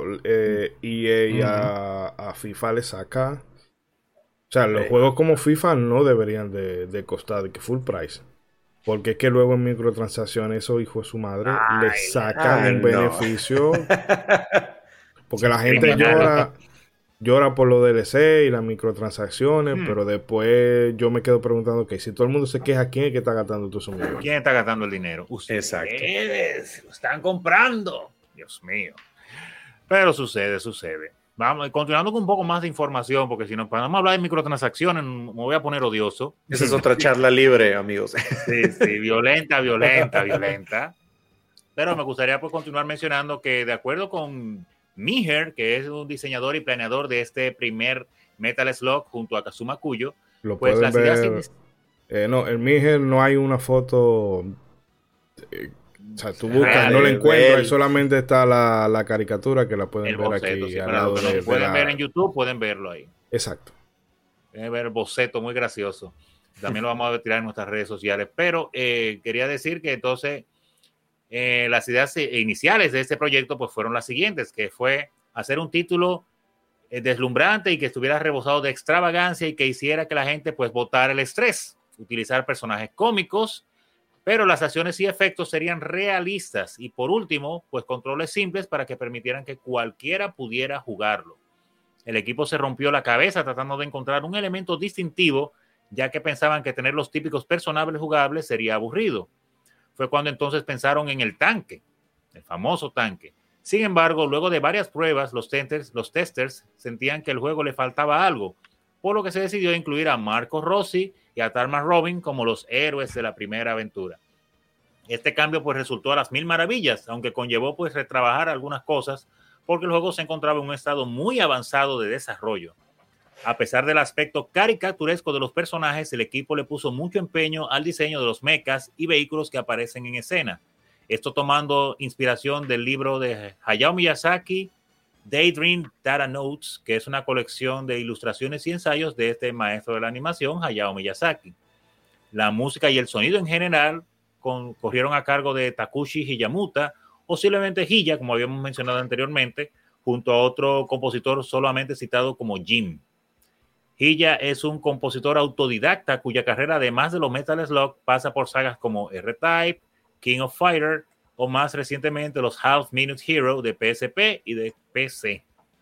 EA a FIFA le saca... O sea, los juegos como FIFA no deberían de costar que full price. Porque es que luego en microtransacciones esos hijos de su madre le sacan un beneficio. Porque la gente llora por los DLC y las microtransacciones, pero después yo me quedo preguntando que si todo el mundo se queja, ¿quién es que está gastando todo eso? ¿Quién está gastando el dinero? Ustedes lo están comprando. Dios mío. Pero sucede. Vamos, continuando con un poco más de información, porque si nos vamos a hablar de microtransacciones, me voy a poner odioso. Esa es otra charla libre, amigos. Sí, violenta. Pero me gustaría pues continuar mencionando que de acuerdo con Miher, que es un diseñador y planeador de este primer Metal Slug junto a Kazuma Kuyo, lo pues las ideas... no, en Miher no hay una foto... O sea, tú buscas, no la encuentras, solamente está la caricatura que la pueden ver aquí. Sí, pueden ver en YouTube, pueden verlo ahí. Exacto. Tiene que ver el boceto muy gracioso. También lo vamos a tirar en nuestras redes sociales. Pero quería decir que entonces las ideas iniciales de este proyecto pues fueron las siguientes, que fue hacer un título deslumbrante y que estuviera rebosado de extravagancia y que hiciera que la gente pues botara el estrés, utilizar personajes cómicos, pero las acciones y efectos serían realistas y por último pues controles simples para que permitieran que cualquiera pudiera jugarlo. El equipo se rompió la cabeza tratando de encontrar un elemento distintivo, ya que pensaban que tener los típicos personajes jugables sería aburrido. Fue cuando entonces pensaron en el tanque, el famoso tanque. Sin embargo, luego de varias pruebas, los testers sentían que el juego le faltaba algo, por lo que se decidió incluir a Marco Rossi y a Tharman Robin como los héroes de la primera aventura. Este cambio pues resultó a las mil maravillas, aunque conllevó pues retrabajar algunas cosas, porque el juego se encontraba en un estado muy avanzado de desarrollo. A pesar del aspecto caricaturesco de los personajes, el equipo le puso mucho empeño al diseño de los mechas y vehículos que aparecen en escena. Esto tomando inspiración del libro de Hayao Miyazaki, Daydream Data Notes, que es una colección de ilustraciones y ensayos de este maestro de la animación, Hayao Miyazaki. La música y el sonido en general corrieron a cargo de Takushi Hiyamuta, posiblemente Hiya, como habíamos mencionado anteriormente, junto a otro compositor solamente citado como Jim. Hiya es un compositor autodidacta cuya carrera, además de los Metal Slug, pasa por sagas como R-Type, King of Fighter o más recientemente los Half Minute Hero de PSP y de PC.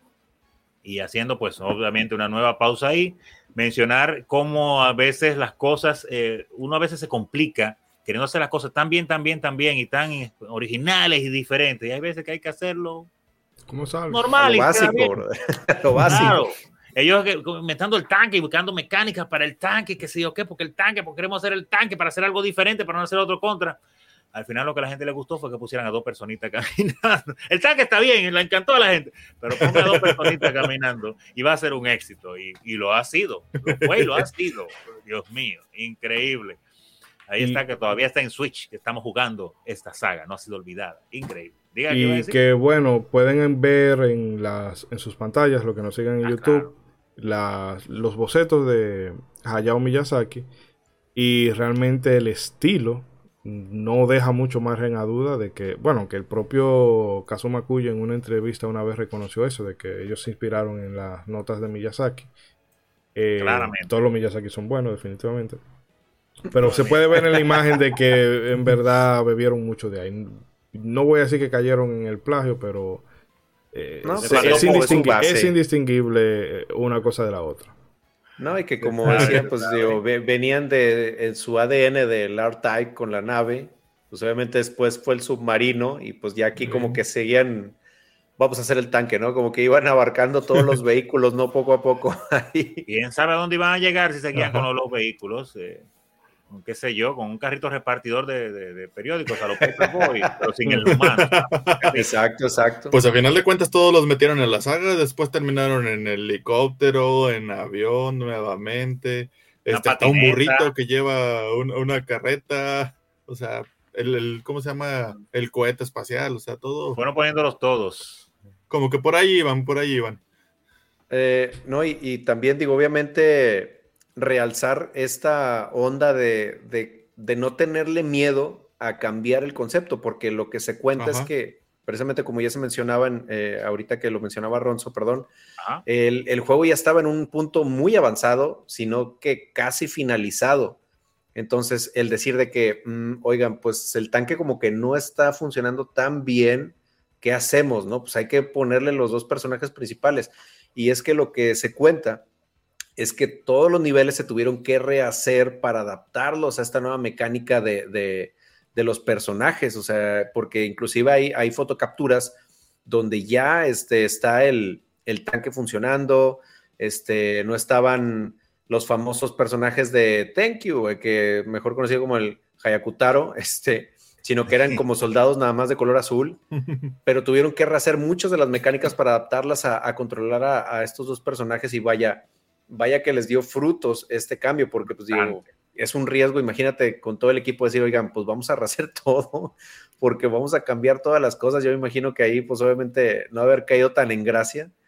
Y haciendo pues obviamente una nueva pausa ahí, mencionar cómo a veces las cosas, uno a veces se complica queriendo hacer las cosas tan bien y tan originales y diferentes. Y hay veces que hay que hacerlo normal. Lo básico, lo básico. Claro. Ellos metiendo el tanque y buscando mecánicas para el tanque, que sé yo qué, porque queremos hacer el tanque para hacer algo diferente, para no hacer otro contra. Al final lo que a la gente le gustó fue que pusieran a dos personitas caminando. El tanque está bien, le encantó a la gente, pero ponga a dos personitas caminando y va a ser un éxito. Y lo ha sido, lo fue y lo ha sido. Dios mío, increíble. Ahí está, que todavía está en Switch, que estamos jugando esta saga, no ha sido olvidada. Increíble. Diga, y que bueno, pueden ver en sus pantallas, lo que nos sigan en YouTube, claro, los bocetos de Hayao Miyazaki, y realmente el estilo no deja mucho margen a duda de que, bueno, que el propio Kazuma Kuya en una entrevista una vez reconoció eso, de que ellos se inspiraron en las notas de Miyazaki. Claramente. Todos los Miyazaki son buenos, definitivamente. Pero se puede ver en la imagen de que en verdad bebieron mucho de ahí. No voy a decir que cayeron en el plagio, pero es indistinguible una cosa de la otra. No, y que como decía, pues digo, venían en su ADN del R-Type con la nave, pues obviamente después fue el submarino y pues ya aquí como que seguían, vamos a hacer el tanque, ¿no? Como que iban abarcando todos los vehículos, ¿no? Poco a poco. Ahí. ¿Quién sabe a dónde iban a llegar si seguían con los vehículos? Qué sé yo, con un carrito repartidor de periódicos a los Paperboy, pero sin el humano. Exacto. Pues a final de cuentas todos los metieron en la saga, después terminaron en helicóptero, en avión nuevamente, hasta un burrito que lleva una carreta, o sea, ¿cómo se llama? El cohete espacial, o sea, todo. Fueron poniéndolos todos. Como que por ahí iban. No, y también digo, obviamente realzar esta onda de no tenerle miedo a cambiar el concepto, porque lo que se cuenta es que, precisamente como ya se mencionaba ahorita que lo mencionaba Ronzo, perdón, el juego ya estaba en un punto muy avanzado, sino que casi finalizado. Entonces, el decir de que, oigan, pues el tanque como que no está funcionando tan bien, ¿qué hacemos? ¿No? Pues hay que ponerle los dos personajes principales. Y es que lo que se cuenta es que todos los niveles se tuvieron que rehacer para adaptarlos a esta nueva mecánica de los personajes, o sea, porque inclusive hay fotocapturas donde ya está el tanque funcionando, no estaban los famosos personajes de Thank You, que mejor conocido como el Hayakutaro, sino que eran como soldados nada más de color azul, pero tuvieron que rehacer muchas de las mecánicas para adaptarlas a controlar a estos dos personajes y vaya que les dio frutos este cambio, porque pues digo, es un riesgo, imagínate con todo el equipo decir, oigan, pues vamos a rehacer todo, porque vamos a cambiar todas las cosas. Yo me imagino que ahí pues obviamente no haber caído tan en gracia,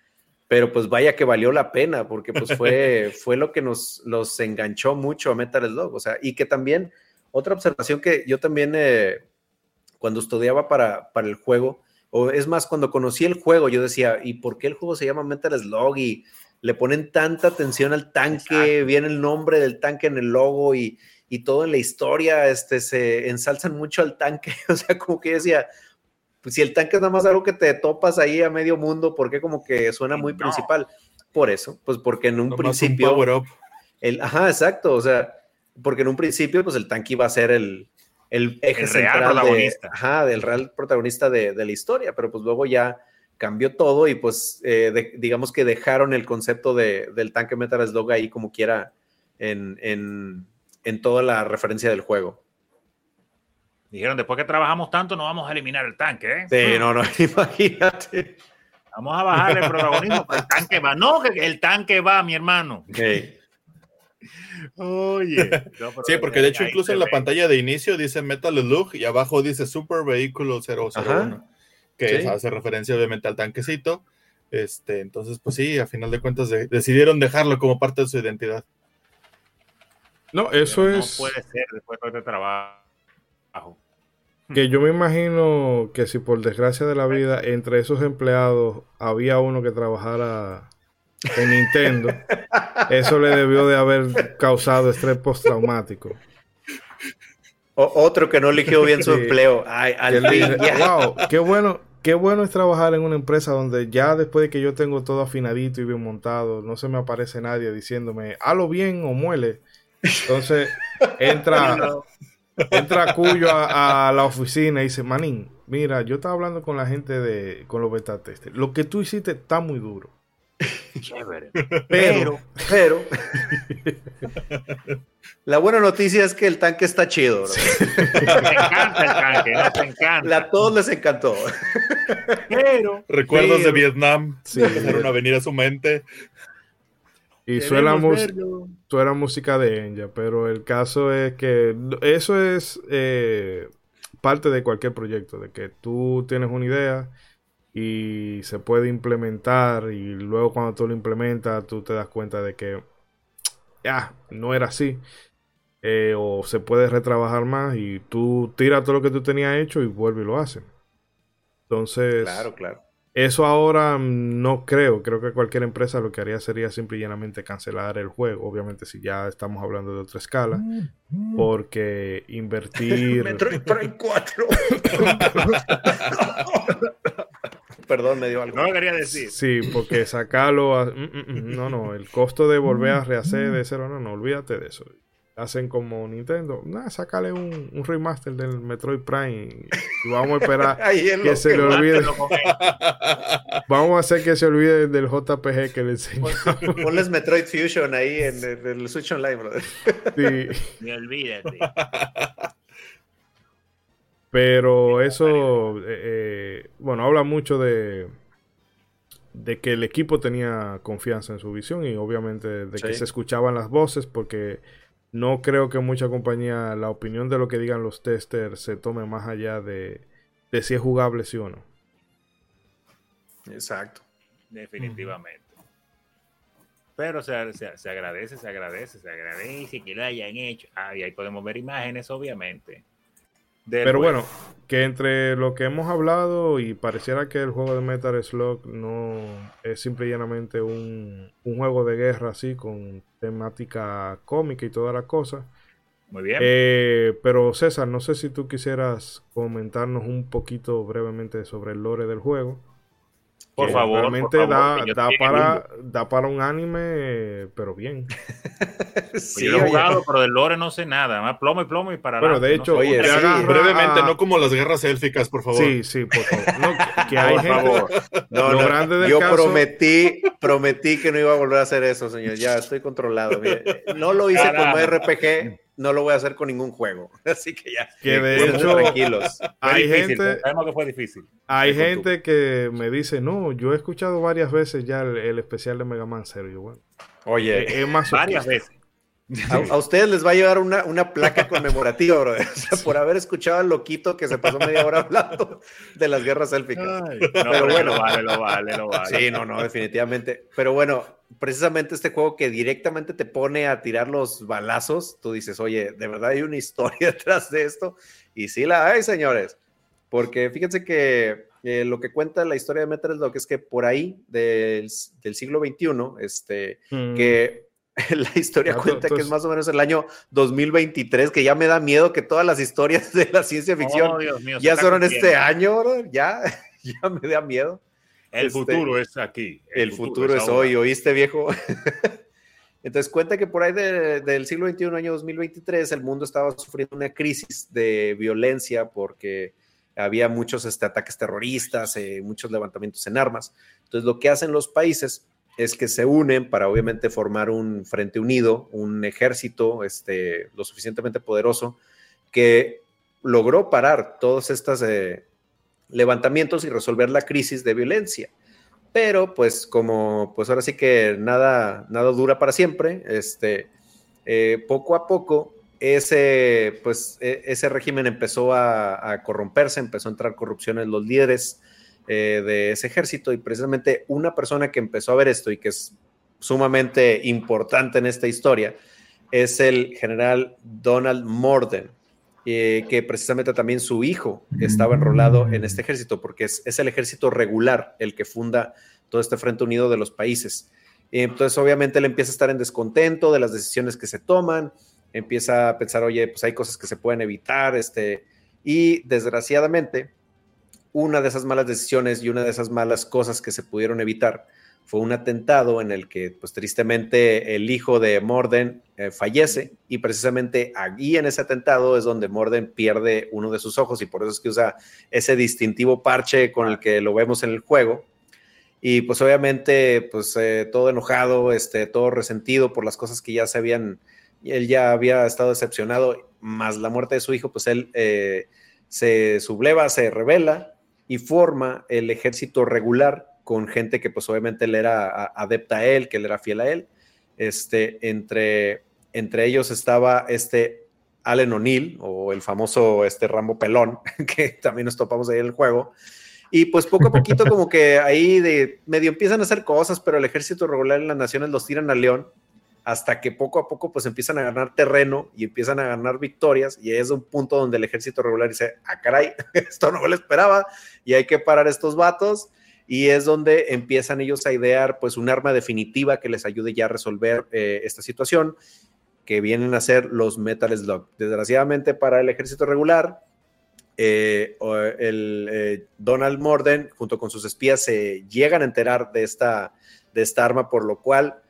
pero pues vaya que valió la pena, porque pues fue lo que los enganchó mucho a Metal Slug, o sea, y que también, otra observación que yo también cuando estudiaba para el juego, o es más, cuando conocí el juego, yo decía, ¿y por qué el juego se llama Metal Slug? Y le ponen tanta atención al tanque, exacto, viene el nombre del tanque en el logo y todo en la historia, se ensalzan mucho al tanque, o sea, como que yo decía, pues si el tanque es nada más algo que te topas ahí a medio mundo, ¿por qué como que suena muy principal? Por eso, pues porque en un principio... power up. Ajá, exacto, o sea, porque en un principio pues el tanque iba a ser el eje central protagonista. Del real protagonista de la historia, pero pues luego ya cambió todo y pues digamos que dejaron el concepto del tanque Metal Slug ahí como quiera en toda la referencia del juego. Dijeron, después que trabajamos tanto, no vamos a eliminar el tanque, ¿eh? Sí, no, imagínate. Vamos a bajarle el protagonismo, pero el tanque va. No, que el tanque va, mi hermano. Okay. Oye. No, sí, porque de hecho incluso en la pantalla de inicio dice Metal Slug y abajo dice Super Vehículo 001, ajá, que sí, hace referencia obviamente al tanquecito. Entonces, pues sí, a final de cuentas decidieron dejarlo como parte de su identidad. No, eso pero es... No puede ser después de este trabajo. Que yo me imagino que si por desgracia de la vida entre esos empleados había uno que trabajara en Nintendo, eso le debió de haber causado estrés postraumático. Otro que no eligió bien su empleo. Ay, wow, qué bueno es trabajar en una empresa donde ya después de que yo tengo todo afinadito y bien montado, no se me aparece nadie diciéndome, halo bien o muele. Entonces entra Cuyo a la oficina y dice, Manín, mira, yo estaba hablando con la gente con los beta testers. Lo que tú hiciste está muy duro. Chévere. Pero la buena noticia es que el tanque está chido, bro. Sí. Nos encanta el tanque, nos encanta. A todos les encantó. Pero recuerdos de Vietnam empezaron a venir a su mente. Y suena música de Enya, pero el caso es que eso es parte de cualquier proyecto, de que tú tienes una idea y se puede implementar y luego cuando tú lo implementas tú te das cuenta de que no era así, o se puede retrabajar más y tú tiras todo lo que tú tenías hecho y vuelves y lo haces. Entonces, claro. Eso ahora no creo que cualquier empresa lo que haría sería simple y llanamente cancelar el juego, obviamente si ya estamos hablando de otra escala, porque invertir... Metroid Prime 4. Perdón, me dio algo. No lo quería decir. Sí, porque sacarlo... No, el costo de volver a rehacer de cero, no, olvídate de eso. Hacen como Nintendo, sácale un remaster del Metroid Prime y vamos a esperar que se le olvide. Vamos a hacer que se olvide del JPG que le enseñamos. Ponles Metroid Fusion ahí en el Switch Online, brother. Sí. Me olvídate. Pero eso, bueno, habla mucho de que el equipo tenía confianza en su visión y obviamente de que se escuchaban las voces, porque no creo que mucha compañía, la opinión de lo que digan los testers se tome más allá de si es jugable sí o no. Exacto. Definitivamente. Pero se agradece que lo hayan hecho. Y ahí podemos ver imágenes, obviamente. Pero bueno, que entre lo que hemos hablado y pareciera que el juego de Metal Slug no es simple y llanamente un juego de guerra así con temática cómica y toda la cosa. Muy bien. Pero César, no sé si tú quisieras comentarnos un poquito brevemente sobre el lore del juego. Por favor. Realmente da para un anime, pero bien. Sí, yo lo he jugado, pero del lore no sé nada. Más plomo y para Bueno, de hecho, brevemente, no como las guerras élficas, por favor. Sí, por favor. No, que hay gente. No, yo prometí que no iba a volver a hacer eso, señor. Ya estoy controlado. Mire. No lo hice con RPG, no lo voy a hacer con ningún juego. Así que ya. Que de hecho, tranquilos. Hay gente. Sabemos que fue difícil. Hay gente que me dice, no, yo he escuchado varias veces ya el especial de Mega Man 0. Yo, bueno, oye, es más varias veces. A ustedes les va a llevar una placa conmemorativa, bro. O sea, por haber escuchado al loquito que se pasó media hora hablando de las guerras élficas. Ay, no, pero bueno, lo vale. Sí, no, definitivamente. Pero bueno, precisamente este juego que directamente te pone a tirar los balazos, tú dices, oye, ¿de verdad hay una historia detrás de esto? Y sí la hay, señores. Porque fíjense que lo que cuenta la historia de Metal Slug es que por ahí del siglo XXI, que la historia cuenta que es más o menos el año 2023, que ya me da miedo que todas las historias de la ciencia ficción Dios mío, ya son en este año, bro. Ya me da miedo. El futuro es aquí. El futuro es hoy, ¿oíste, viejo? Entonces cuenta que por ahí del siglo XXI, año 2023, el mundo estaba sufriendo una crisis de violencia porque había muchos ataques terroristas, muchos levantamientos en armas. Entonces lo que hacen los países es que se unen para obviamente formar un frente unido, un ejército lo suficientemente poderoso que logró parar todos estos levantamientos y resolver la crisis de violencia. Pero pues como pues ahora sí que nada dura para siempre, poco a poco ese régimen empezó a corromperse, empezó a entrar corrupción en los líderes de ese ejército, y precisamente una persona que empezó a ver esto y que es sumamente importante en esta historia es el general Donald Morden, que precisamente también su hijo estaba enrolado en este ejército, porque es el ejército regular el que funda todo este Frente Unido de los países. Entonces obviamente él empieza a estar en descontento de las decisiones que se toman, empieza a pensar, oye, pues hay cosas que se pueden evitar, y desgraciadamente una de esas malas decisiones y una de esas malas cosas que se pudieron evitar fue un atentado en el que, pues tristemente, el hijo de Morden fallece, y precisamente allí en ese atentado es donde Morden pierde uno de sus ojos, y por eso es que usa ese distintivo parche con el que lo vemos en el juego. Y pues obviamente, pues todo enojado, todo resentido por las cosas que él ya había estado decepcionado, más la muerte de su hijo, pues él se subleva, se rebela y forma el ejército regular con gente que pues obviamente él era adepta a él, que él era fiel a él. Entre ellos estaba Allen O'Neill, o el famoso Rambo Pelón, que también nos topamos ahí en el juego. Y pues poco a poquito como que ahí medio empiezan a hacer cosas, pero el ejército regular en las naciones los tiran al león, hasta que poco a poco pues empiezan a ganar terreno y empiezan a ganar victorias, y es un punto donde el ejército regular dice, caray, esto no me lo esperaba y hay que parar estos vatos, y es donde empiezan ellos a idear pues un arma definitiva que les ayude ya a resolver esta situación, que vienen a ser los Metal Slug. Desgraciadamente para el ejército regular, Donald Morden junto con sus espías se llegan a enterar de esta arma, por lo cual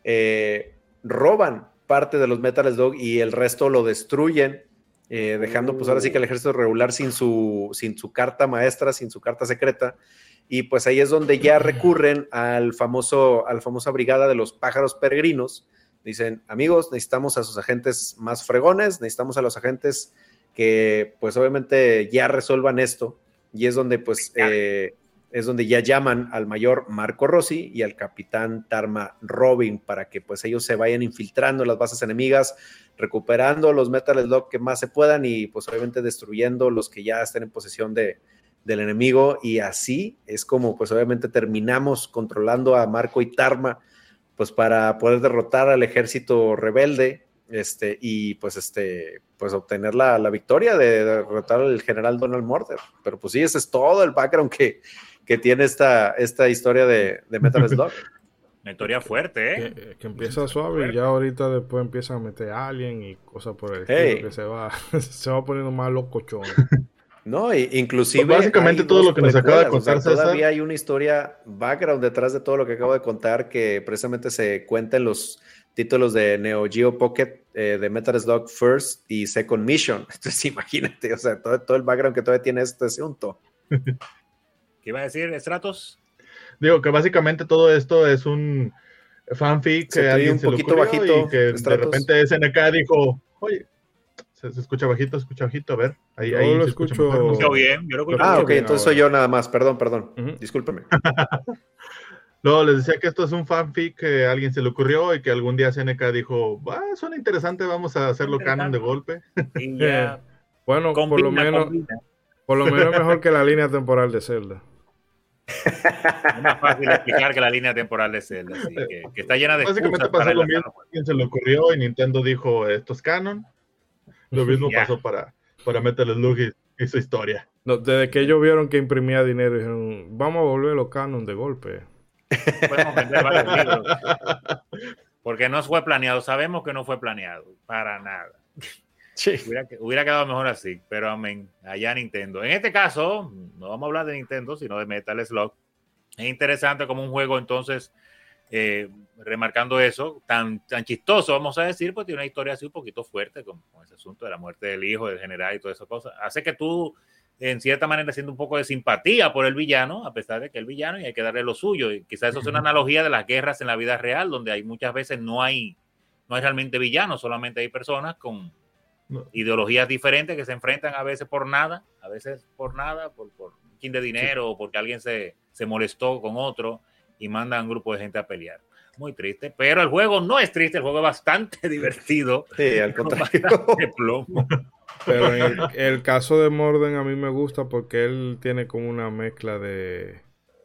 roban parte de los Metal Slug y el resto lo destruyen, dejando pues ahora sí que el ejército regular sin su carta maestra, sin su carta secreta. Y pues ahí es donde ya recurren a la famosa brigada de los pájaros peregrinos. Dicen, amigos, necesitamos a sus agentes más fregones, necesitamos a los agentes que pues obviamente ya resuelvan esto, y es donde pues es donde ya llaman al mayor Marco Rossi y al capitán Tarma Robin para que pues ellos se vayan infiltrando en las bases enemigas, recuperando los Metal Slug que más se puedan, y pues obviamente destruyendo los que ya estén en posesión del enemigo. Y así es como pues obviamente terminamos controlando a Marco y Tarma pues para poder derrotar al ejército rebelde, y pues pues obtener la victoria de derrotar al general Donald Morden. Pero pues sí, ese es todo el background que tiene esta historia de Metal Slug. Una historia fuerte, que empieza suave y ya ahorita después empiezan a meter Alien y cosas por el estilo, que se va poniendo más locochón. No, inclusive pues básicamente todo lo que nos acaba de contar, César, todavía hay una historia background detrás de todo lo que acabo de contar, que precisamente se cuenta en los títulos de Neo Geo Pocket, de Metal Slug First y Second Mission. Entonces imagínate, o sea, todo el background que todavía tiene este asunto. ¿Qué iba a decir, Stratos? Digo que básicamente todo esto es un fanfic que alguien se lo ocurrió bajito, y que de repente SNK dijo, oye, se escucha bajito, a ver, ahí lo se escucho bien, yo lo escucho ok, bien entonces ahora. soy yo nada más, perdón, discúlpeme. Luego les decía que esto es un fanfic que a alguien se le ocurrió y que algún día CNK dijo, suena interesante, vamos a hacerlo canon de golpe. Y ya. Bueno, por lo menos mejor que la línea temporal de Zelda. Es más fácil explicar que la línea temporal de Zelda, así que está llena de básicamente pasó lo mismo, a alguien se le ocurrió y Nintendo dijo, esto es canon. Lo mismo pasó para Metal Slug y su historia. No, desde que ellos vieron que imprimía dinero, dijeron, vamos a volverlo canon de golpe. Podemos vender varios libros. Porque no fue planeado. Sabemos que no fue planeado. Para nada. Sí. Hubiera quedado mejor así. Pero amén. Allá Nintendo. En este caso, no vamos a hablar de Nintendo, sino de Metal Slug. Es interesante como un juego, entonces, remarcando eso, tan chistoso, vamos a decir, pues tiene una historia así un poquito fuerte con ese asunto de la muerte del hijo, del general y todas esas cosas. Hace que tú, en cierta manera, sientas un poco de simpatía por el villano, a pesar de que el villano, y hay que darle lo suyo. Y quizás eso sea una analogía de las guerras en la vida real, donde hay muchas veces no hay realmente villanos, solamente hay personas con ideologías diferentes que se enfrentan a veces por nada, por un chin de dinero o porque alguien se molestó con otro y mandan un grupo de gente a pelear. Muy triste, pero el juego no es triste, el juego es bastante divertido. Sí, al contrario. Plomo. Pero en el caso de Morden a mí me gusta porque él tiene como una mezcla de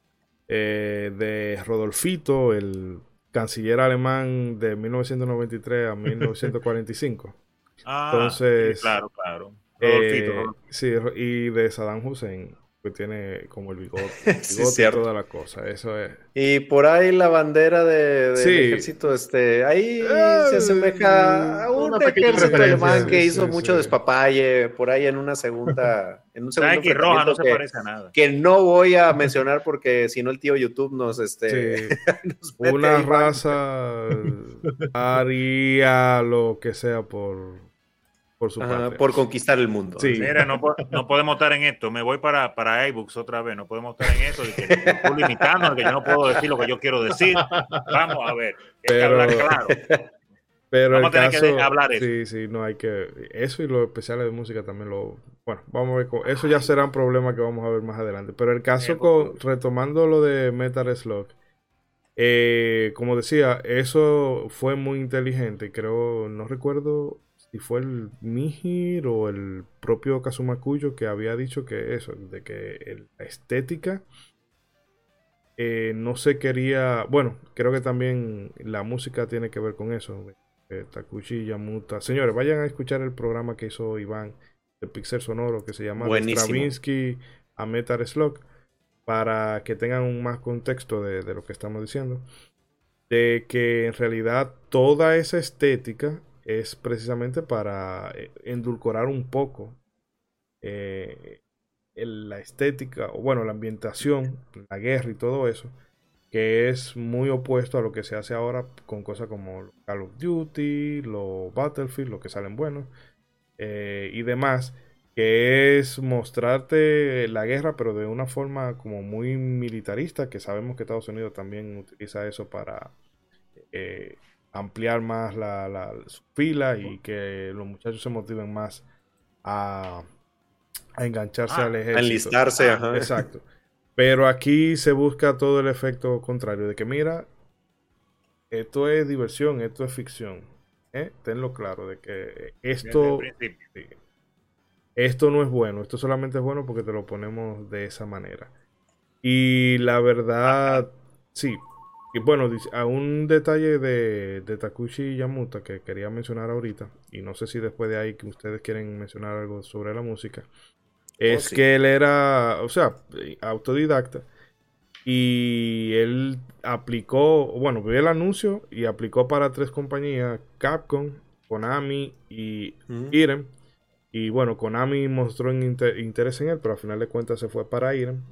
Rodolfito, el canciller alemán de 1993 a 1945. Entonces, sí, claro. Rodolfito. Sí, y de Saddam Hussein, que tiene como el bigote, Sí, y toda la cosa, eso es. Y por ahí la bandera del ejército, ahí se asemeja a un ejército alemán que hizo mucho despapalle, por ahí en un segundo roja no se parece a nada. Que no voy a mencionar porque si no el tío YouTube nos, nos mete una raza haría lo que sea por su parte. Por conquistar el mundo. Sí. Mira, no podemos estar en esto. Me voy para iBooks otra vez. No podemos estar en eso. Estoy limitando, que yo no puedo decir lo que yo quiero decir. Vamos a ver. Hay que hablar claro. Pero vamos a tener que hablar eso. Sí, no hay que. Eso y los especiales de música también Bueno, vamos a ver. Eso ya será un problema que vamos a ver más adelante. Pero el caso, retomando lo de Metal Slug, como decía, eso fue muy inteligente. Creo, no recuerdo si fue el Mihir o el propio Kazuma Kuyo que había dicho que eso, de que la estética no se quería. Bueno, creo que también la música tiene que ver con eso. Takushi Yamuta. Señores, vayan a escuchar el programa que hizo Iván de Pixel Sonoro que se llama Stravinsky a Metal Slug para que tengan un más contexto de lo que estamos diciendo. De que en realidad toda esa estética es precisamente para endulcorar un poco la estética, o bueno, la ambientación, la guerra y todo eso, que es muy opuesto a lo que se hace ahora con cosas como Call of Duty, los Battlefield, lo que salen buenos, y demás, que es mostrarte la guerra, pero de una forma como muy militarista, que sabemos que Estados Unidos también utiliza eso para ampliar más su fila y que los muchachos se motiven más a engancharse al ejército. A enlistarse, Exacto. Pero aquí se busca todo el efecto contrario, de que mira, esto es diversión, esto es ficción. Tenlo claro, de que esto no es bueno, esto solamente es bueno porque te lo ponemos de esa manera. Y la verdad, sí. Y bueno, a un detalle de Takushi Yamuta que quería mencionar ahorita, y no sé si después de ahí que ustedes quieren mencionar algo sobre la música, es que él era, o sea, autodidacta, y él aplicó, bueno, vio el anuncio y aplicó para 3 compañías, Capcom, Konami y Irem. Y bueno, Konami mostró interés en él, pero al final de cuentas se fue para Irem.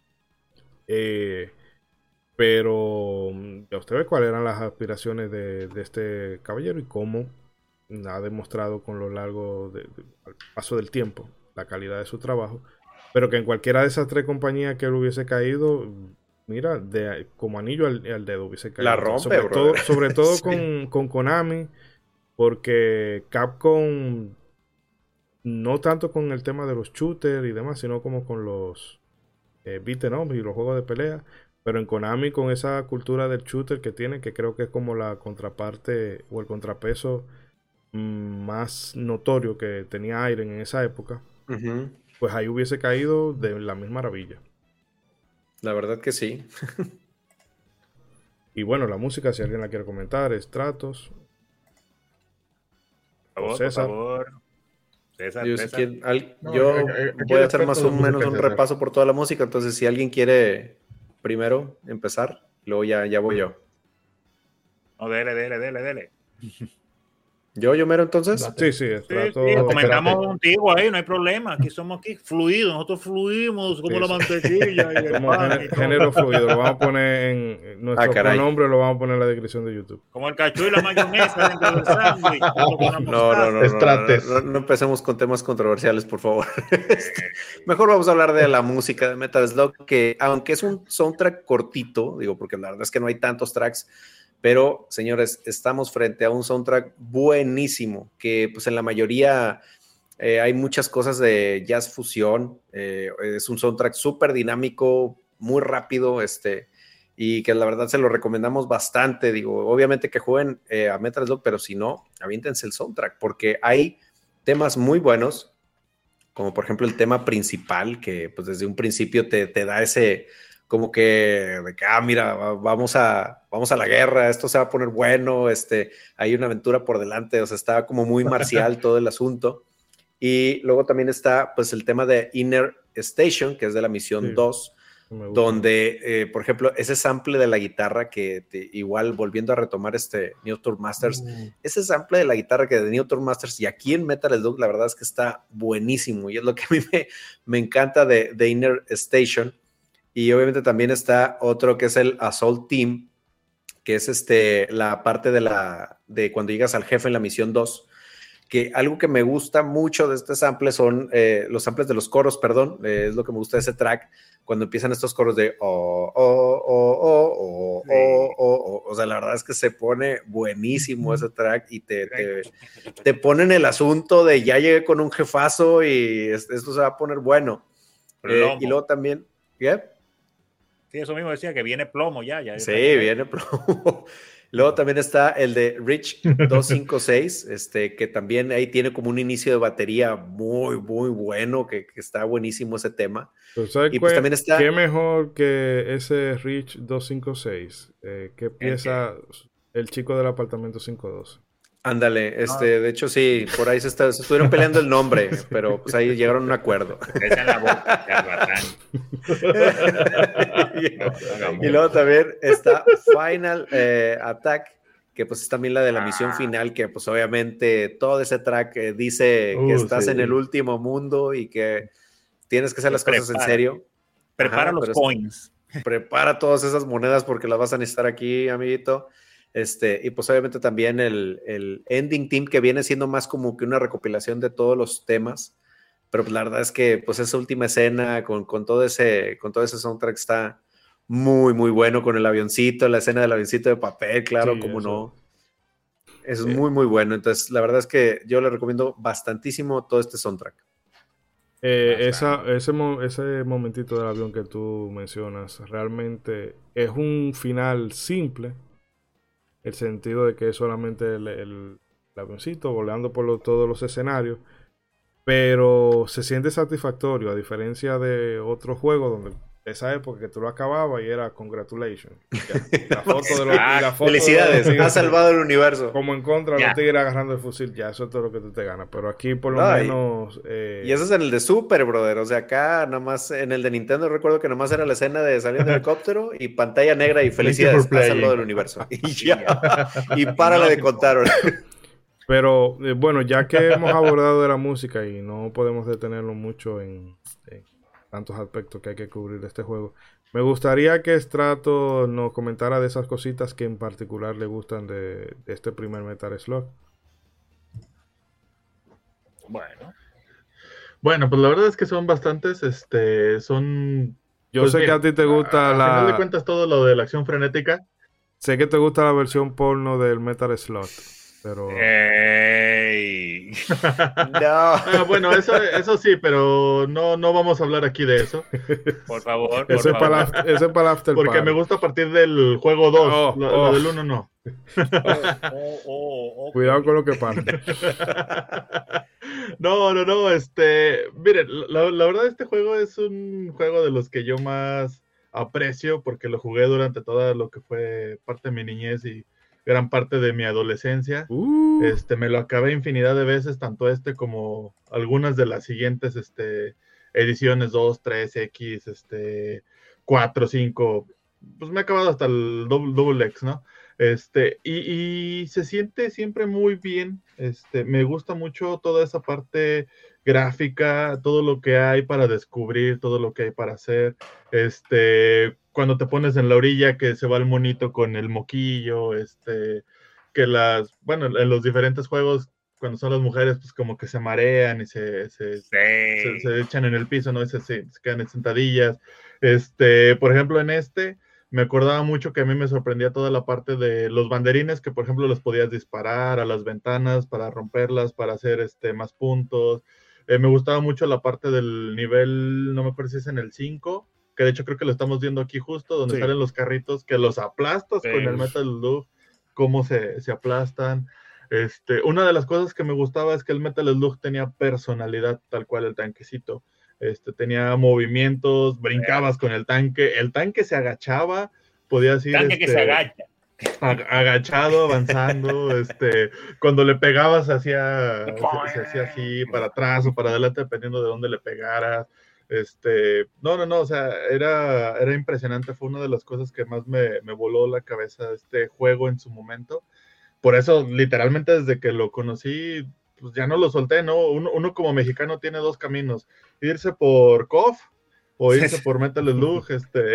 Pero ya usted ve cuáles eran las aspiraciones de este caballero y cómo ha demostrado con lo largo al paso del tiempo la calidad de su trabajo, pero que en cualquiera de esas 3 compañías que él hubiese caído, mira, como anillo al dedo hubiese caído. La rompe, sobre todo sí. con Konami, porque Capcom no tanto con el tema de los shooters y demás, sino como con los beat'em up y los juegos de pelea. Pero en Konami, con esa cultura del shooter que tiene, que creo que es como la contraparte o el contrapeso más notorio que tenía Iron en esa época, pues ahí hubiese caído de la misma maravilla. La verdad que sí. Y bueno, la música, si alguien la quiere comentar, es Stratos. Por favor. César. Yo voy a hacer más o menos un repaso por toda la música, entonces si alguien quiere primero empezar, luego ya voy yo. No, dele. ¿Yo mero entonces? Sí, Stratos. Sí, comentamos contigo ahí, no hay problema. Aquí somos fluidos, nosotros fluimos como la mantequilla. Y el pan y género fluido, lo vamos a poner en nuestro pronombre, lo vamos a poner en la descripción de YouTube. Como el cachú y la mayonesa dentro del sándwich. No empecemos con temas controversiales, por favor. Mejor vamos a hablar de la música de Metal Slug, que aunque es un soundtrack cortito, digo, porque la verdad es que no hay tantos tracks, pero, señores, estamos frente a un soundtrack buenísimo, que pues en la mayoría hay muchas cosas de jazz fusión. Es un soundtrack súper dinámico, muy rápido, y que la verdad se lo recomendamos bastante. Digo, obviamente que jueguen a Metal Slug, pero si no, aviéntense el soundtrack, porque hay temas muy buenos, como por ejemplo el tema principal, que pues desde un principio te da ese... como que, mira, vamos a la guerra, esto se va a poner bueno, hay una aventura por delante, o sea, está como muy marcial todo el asunto. Y luego también está, pues, el tema de Inner Station, que es de la misión 2, donde, por ejemplo, ese sample de la guitarra que, igual, volviendo a retomar Neo Tour Masters, ese sample de la guitarra que de Neo Tour Masters y aquí en Metal Slug, la verdad es que está buenísimo, y es lo que a mí me encanta de Inner Station. Y obviamente también está otro que es el Assault Team, que es la parte de cuando llegas al jefe en la misión 2, que algo que me gusta mucho de este sample son los samples de los coros, perdón, es lo que me gusta de ese track, cuando empiezan estos coros de o sea, la verdad es que se pone buenísimo ese track y te ponen el asunto de ya llegué con un jefazo y esto se va a poner bueno. Y luego también, ¿qué? Sí, eso mismo decía, que viene plomo ya. Sí, viene plomo. Luego también está el de Rich 256, que también ahí tiene como un inicio de batería muy, muy bueno, que está buenísimo ese tema. ¿Sabes y pues también está... ¿Qué mejor que ese Rich 256? ¿Qué pieza el chico del apartamento 512? Ándale, de hecho sí, por ahí se estuvieron peleando el nombre, pero pues ahí llegaron a un acuerdo. En la boca, charlatán. Y luego también está Final Attack, que pues es también la de la misión final, que pues obviamente todo ese track dice que estás en el último mundo y que tienes que hacer las cosas en serio. Prepara los coins. Prepara todas esas monedas porque las vas a necesitar aquí, amiguito. Y pues obviamente también el Ending Team, que viene siendo más como que una recopilación de todos los temas, pero pues la verdad es que pues esa última escena con todo ese soundtrack está muy, muy bueno, con el avioncito, la escena del avioncito de papel, claro, sí, como no. Es muy, muy bueno. Entonces, la verdad es que yo le recomiendo bastantísimo todo este soundtrack. Ese momentito del avión que tú mencionas realmente es un final simple. El sentido de que es solamente el avioncito volando por todos los escenarios, pero se siente satisfactorio, a diferencia de otros juegos donde esa época que tú lo acababas y era congratulations. La foto de felicidades, has salvado el universo. Como en contra de los tigres agarrando el fusil, ya eso es todo lo que tú te ganas. Pero aquí por lo menos... Y eso es en el de Super, brother. O sea, acá nomás en el de Nintendo recuerdo que nomás era la escena de salir del helicóptero y pantalla negra y felicidades, has salvado el universo. Y ya. Y párale de contar. Pero bueno, ya que hemos abordado de la música y no podemos detenernos mucho en tantos aspectos que hay que cubrir de este juego, me gustaría que Strato nos comentara de esas cositas que en particular le gustan de este primer Metal Slug. Bueno, pues la verdad es que son bastantes, son... Yo pues sé bien, que a ti te gusta al final de cuentas todo lo de la acción frenética. Sé que te gusta la versión porno del Metal Slug, pero... Ey. No. Bueno, eso sí, pero no vamos a hablar aquí de eso. Por favor. Ese es para el after Porque party. me gusta a partir del juego 2. Lo del 1 no. Okay. Cuidado con lo que pasa. No. Miren, la verdad este juego es un juego de los que yo más aprecio porque lo jugué durante toda lo que fue parte de mi niñez y gran parte de mi adolescencia. Me lo acabé infinidad de veces, tanto como algunas de las siguientes ediciones 2, 3, X, 4, 5. Pues me he acabado hasta el Double X, ¿no? Y se siente siempre muy bien. Me gusta mucho toda esa parte gráfica, todo lo que hay para descubrir, todo lo que hay para hacer. Cuando te pones en la orilla que se va el monito con el moquillo, que en los diferentes juegos, cuando son las mujeres, pues como que se marean y se echan en el piso, ¿no? Se quedan en sentadillas. Por ejemplo, me acordaba mucho que a mí me sorprendía toda la parte de los banderines, que por ejemplo los podías disparar a las ventanas para romperlas, para hacer más puntos. Me gustaba mucho la parte del nivel, no me acuerdo si es en el 5, que de hecho creo que lo estamos viendo aquí justo, donde salen los carritos, que los aplastas con el Metal Slug, cómo se aplastan. Una de las cosas que me gustaba es que el Metal Slug tenía personalidad, tal cual el tanquecito. Tenía movimientos, brincabas con el tanque se agachaba, podías ir tanque que se agacha. Agachado, avanzando, cuando le pegabas se hacía así, para atrás o para adelante, dependiendo de dónde le pegaras. O sea, era impresionante, fue una de las cosas que más me voló la cabeza este juego en su momento. Por eso, literalmente, desde que lo conocí, pues ya no lo solté, ¿no? Uno como mexicano tiene dos caminos, irse por KOF o irse por Metal Slug.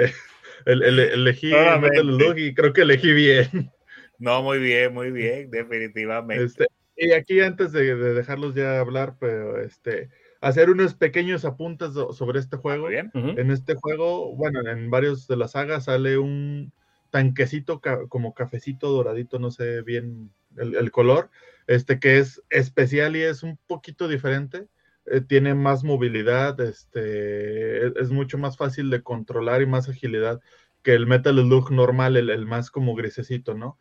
Elegí Metal Slug y creo que elegí bien. No, muy bien, definitivamente. Y aquí antes de dejarlos ya hablar, pero hacer unos pequeños apuntes sobre este juego. Bien. En este juego, bueno, en varios de las sagas sale un tanquecito como cafecito doradito, no sé bien el color, que es especial y es un poquito diferente. Tiene más movilidad, es mucho más fácil de controlar y más agilidad que el Metal Slug normal, el más como grisecito, ¿no?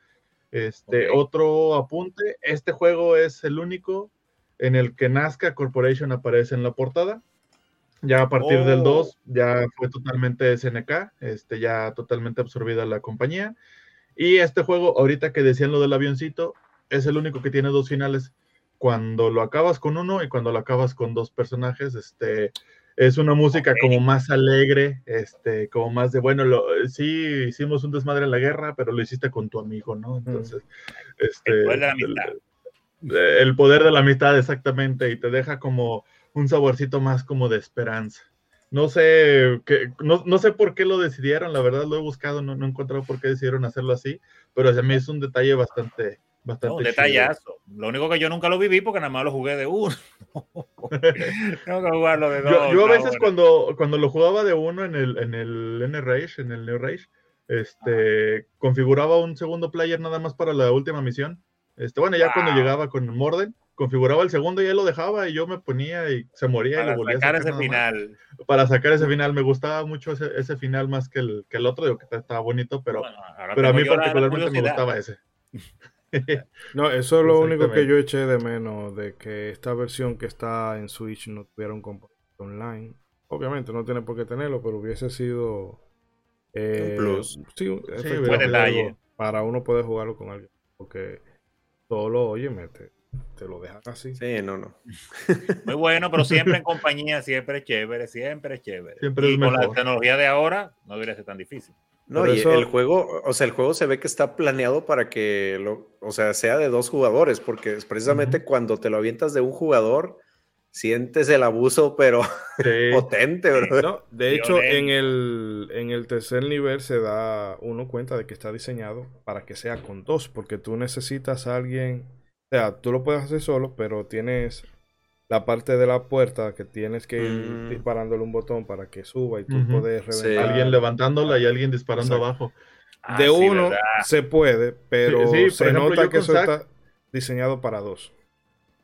Otro apunte, este juego es el único en el que Nazca Corporation aparece en la portada. Ya a partir del 2 ya fue totalmente SNK, ya totalmente absorbida la compañía. Y este juego, ahorita que decían lo del avioncito, es el único que tiene dos finales. Cuando lo acabas con uno y cuando lo acabas con dos personajes, es una música como más alegre, como más de, bueno, sí hicimos un desmadre en la guerra, pero lo hiciste con tu amigo, ¿no? Entonces, el poder de la amistad. El poder de la amistad, exactamente, y te deja como un saborcito más como de esperanza. No sé por qué lo decidieron, la verdad lo he buscado, no he encontrado por qué decidieron hacerlo así, pero a mí es un detalle bastante un detallazo. Lo único que yo nunca lo viví porque nada más lo jugué de uno. Tengo que jugarlo de dos. Yo a veces cuando lo jugaba de uno en el N-Rage, en el Neo Rage, configuraba un segundo player nada más para la última misión. Cuando llegaba con Morden, configuraba el segundo y él lo dejaba y yo me ponía y se moría para y lo volvía sacar a sacar ese final. Para sacar ese final. Me gustaba mucho ese final más que el otro, digo que estaba bonito, pero a mí particularmente me gustaba ese. No, eso es lo único que yo eché de menos, de que esta versión que está en Switch no tuviera un componente online. Obviamente no tiene por qué tenerlo, pero hubiese sido un plus. Sí, buen detalle para uno poder jugarlo con alguien, porque solo, óyeme, te lo dejan así. Sí, no. Muy bueno, pero siempre en compañía, siempre es chévere. Siempre y es con mejor. la tecnología de ahora no debería ser tan difícil. No, y el juego se ve que está planeado para que sea de dos jugadores, porque es precisamente cuando te lo avientas de un jugador, sientes el abuso, pero potente, ¿verdad? No, de hecho, en el tercer nivel se da uno cuenta de que está diseñado para que sea con dos, porque tú necesitas a alguien, o sea, tú lo puedes hacer solo, pero tienes la parte de la puerta que tienes que ir disparándole un botón para que suba y tú puedes reventar. Sí. Alguien levantándola y alguien disparando abajo. De uno ¿verdad? Se puede, pero se ejemplo, nota que eso está diseñado para dos.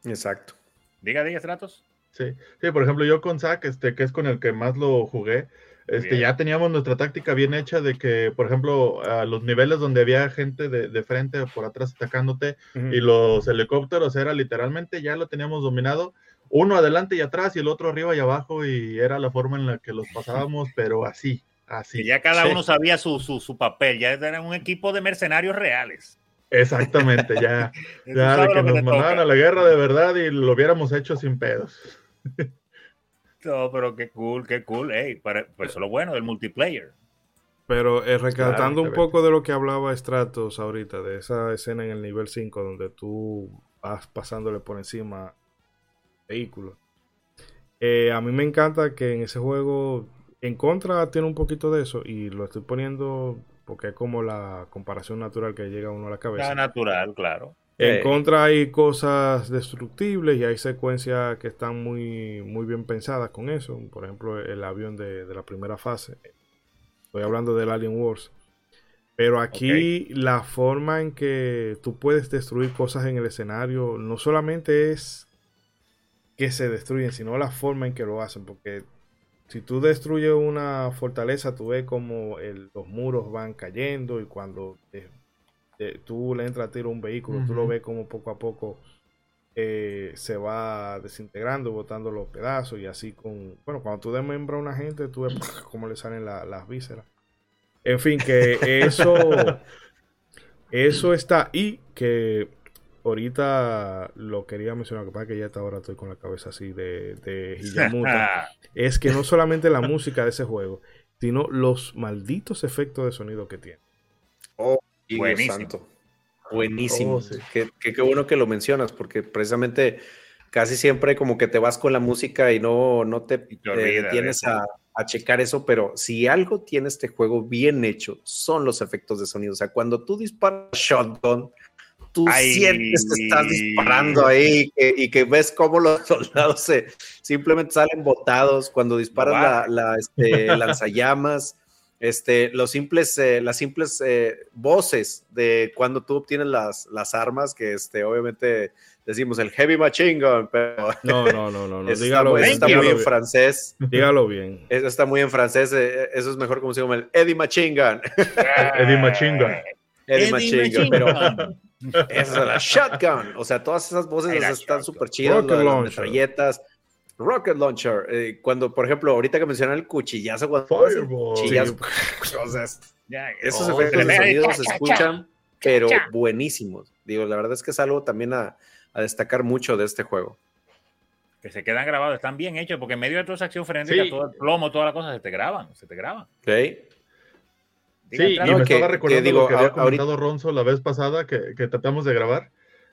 Exacto. Diga, Stratos. Sí, por ejemplo, yo con Zack, que es con el que más lo jugué, ya teníamos nuestra táctica bien hecha de que, por ejemplo, a los niveles donde había gente de frente o por atrás atacándote y los helicópteros era literalmente, ya lo teníamos dominado, uno adelante y atrás y el otro arriba y abajo, y era la forma en la que los pasábamos, pero así. Que ya cada uno sabía su papel, ya era un equipo de mercenarios reales. Exactamente, ya de que nos mandaban a la guerra de verdad y lo hubiéramos hecho sin pedos. No, pero qué cool. Ey, eso es lo bueno del multiplayer. Pero recalcando un poco de lo que hablaba Stratos ahorita, de esa escena en el nivel 5 donde tú vas pasándole por encima vehículos. A mí me encanta que en ese juego, en contra tiene un poquito de eso, y lo estoy poniendo porque es como la comparación natural que llega a uno a la cabeza. La natural, claro. En contra hay cosas destructibles y hay secuencias que están muy, muy bien pensadas con eso. Por ejemplo, el avión de la primera fase. Estoy hablando del Alien Wars. Pero aquí la forma en que tú puedes destruir cosas en el escenario no solamente es que se destruyen, sino la forma en que lo hacen. Porque si tú destruyes una fortaleza, tú ves como los muros van cayendo, y cuando tú le entras a tiro a un vehículo, tú lo ves como poco a poco se va desintegrando, botando los pedazos, y así cuando tú desmembras a una gente, tú ves cómo le salen las vísceras. En fin, que eso está, y que ahorita lo quería mencionar, que pasa que ya hasta ahora estoy con la cabeza así de Hiyamuta. Es que no solamente la música de ese juego, sino los malditos efectos de sonido que tiene. Buenísimo. Santo. Buenísimo. Sí. Qué bueno que lo mencionas, porque precisamente casi siempre como que te vas con la música y no te detienes a checar eso, pero si algo tiene este juego bien hecho, son los efectos de sonido. O sea, cuando tú disparas shotgun, tú sientes que estás disparando ahí y que ves cómo los soldados simplemente salen botados cuando disparas lanzallamas. Las simples voces de cuando tú obtienes las armas, que obviamente decimos el heavy machine gun, pero no. Dígalo bien. Está muy en francés. Dígalo bien. Eso está muy en francés. Eso es mejor como se llama el Eddie Machine Gun. Eddie Machine Gun. Eddie Machine Gun, pero esa es la shotgun. O sea, todas esas voces están súper chidas. Las metralletas. Rocket Launcher, cuando, por ejemplo, ahorita que mencionan el cuchillazo, cuchillazo, o sea, esos efectos de sonido se escuchan, pero buenísimos. Digo, la verdad es que es algo también a destacar mucho de este juego. Que se quedan grabados, están bien hechos, porque en medio de toda esa acción frenética, todo el plomo, toda la cosa, se te graban. Okay. Sí, y me estaba recordando lo que había comentado Ronzo la vez pasada que tratamos de grabar.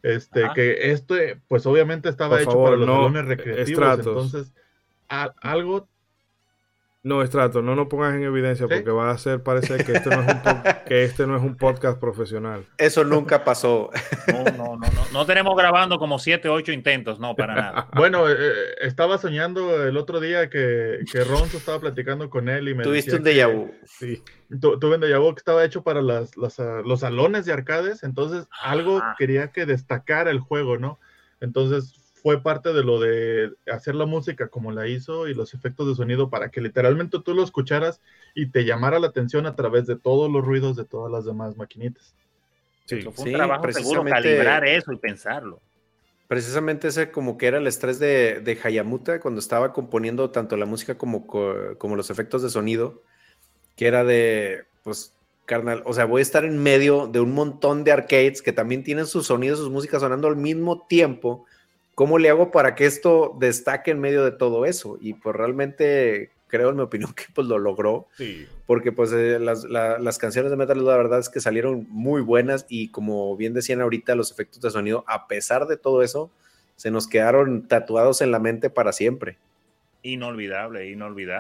Que pues obviamente estaba hecho para los salones recreativos, entonces algo. No, Strato, no nos pongas en evidencia, ¿sí? Porque va a hacer parecer que este no es un podcast profesional. Eso nunca pasó. No tenemos grabando como 7 o 8 intentos, no, para nada. Bueno, estaba soñando el otro día que Ronzo estaba platicando con él y me ¿Tuviste un déjà vu? Sí. Tuve un déjà vu que estaba hecho para los salones de arcades, entonces algo quería que destacara el juego, ¿no? Entonces fue parte de lo de hacer la música como la hizo y los efectos de sonido para que literalmente tú lo escucharas y te llamara la atención a través de todos los ruidos de todas las demás maquinitas. Sí, eso fue un trabajo seguro, calibrar eso y pensarlo. Precisamente ese como que era el estrés de Hayamuta cuando estaba componiendo tanto la música como los efectos de sonido, que era de, pues, carnal, o sea, voy a estar en medio de un montón de arcades que también tienen sus sonidos, sus músicas sonando al mismo tiempo. ¿Cómo le hago para que esto destaque en medio de todo eso? Y pues realmente creo, en mi opinión, que pues lo logró. Sí. Porque pues las canciones de Metal Slug, la verdad es que salieron muy buenas y como bien decían ahorita, los efectos de sonido, a pesar de todo eso, se nos quedaron tatuados en la mente para siempre. Inolvidable.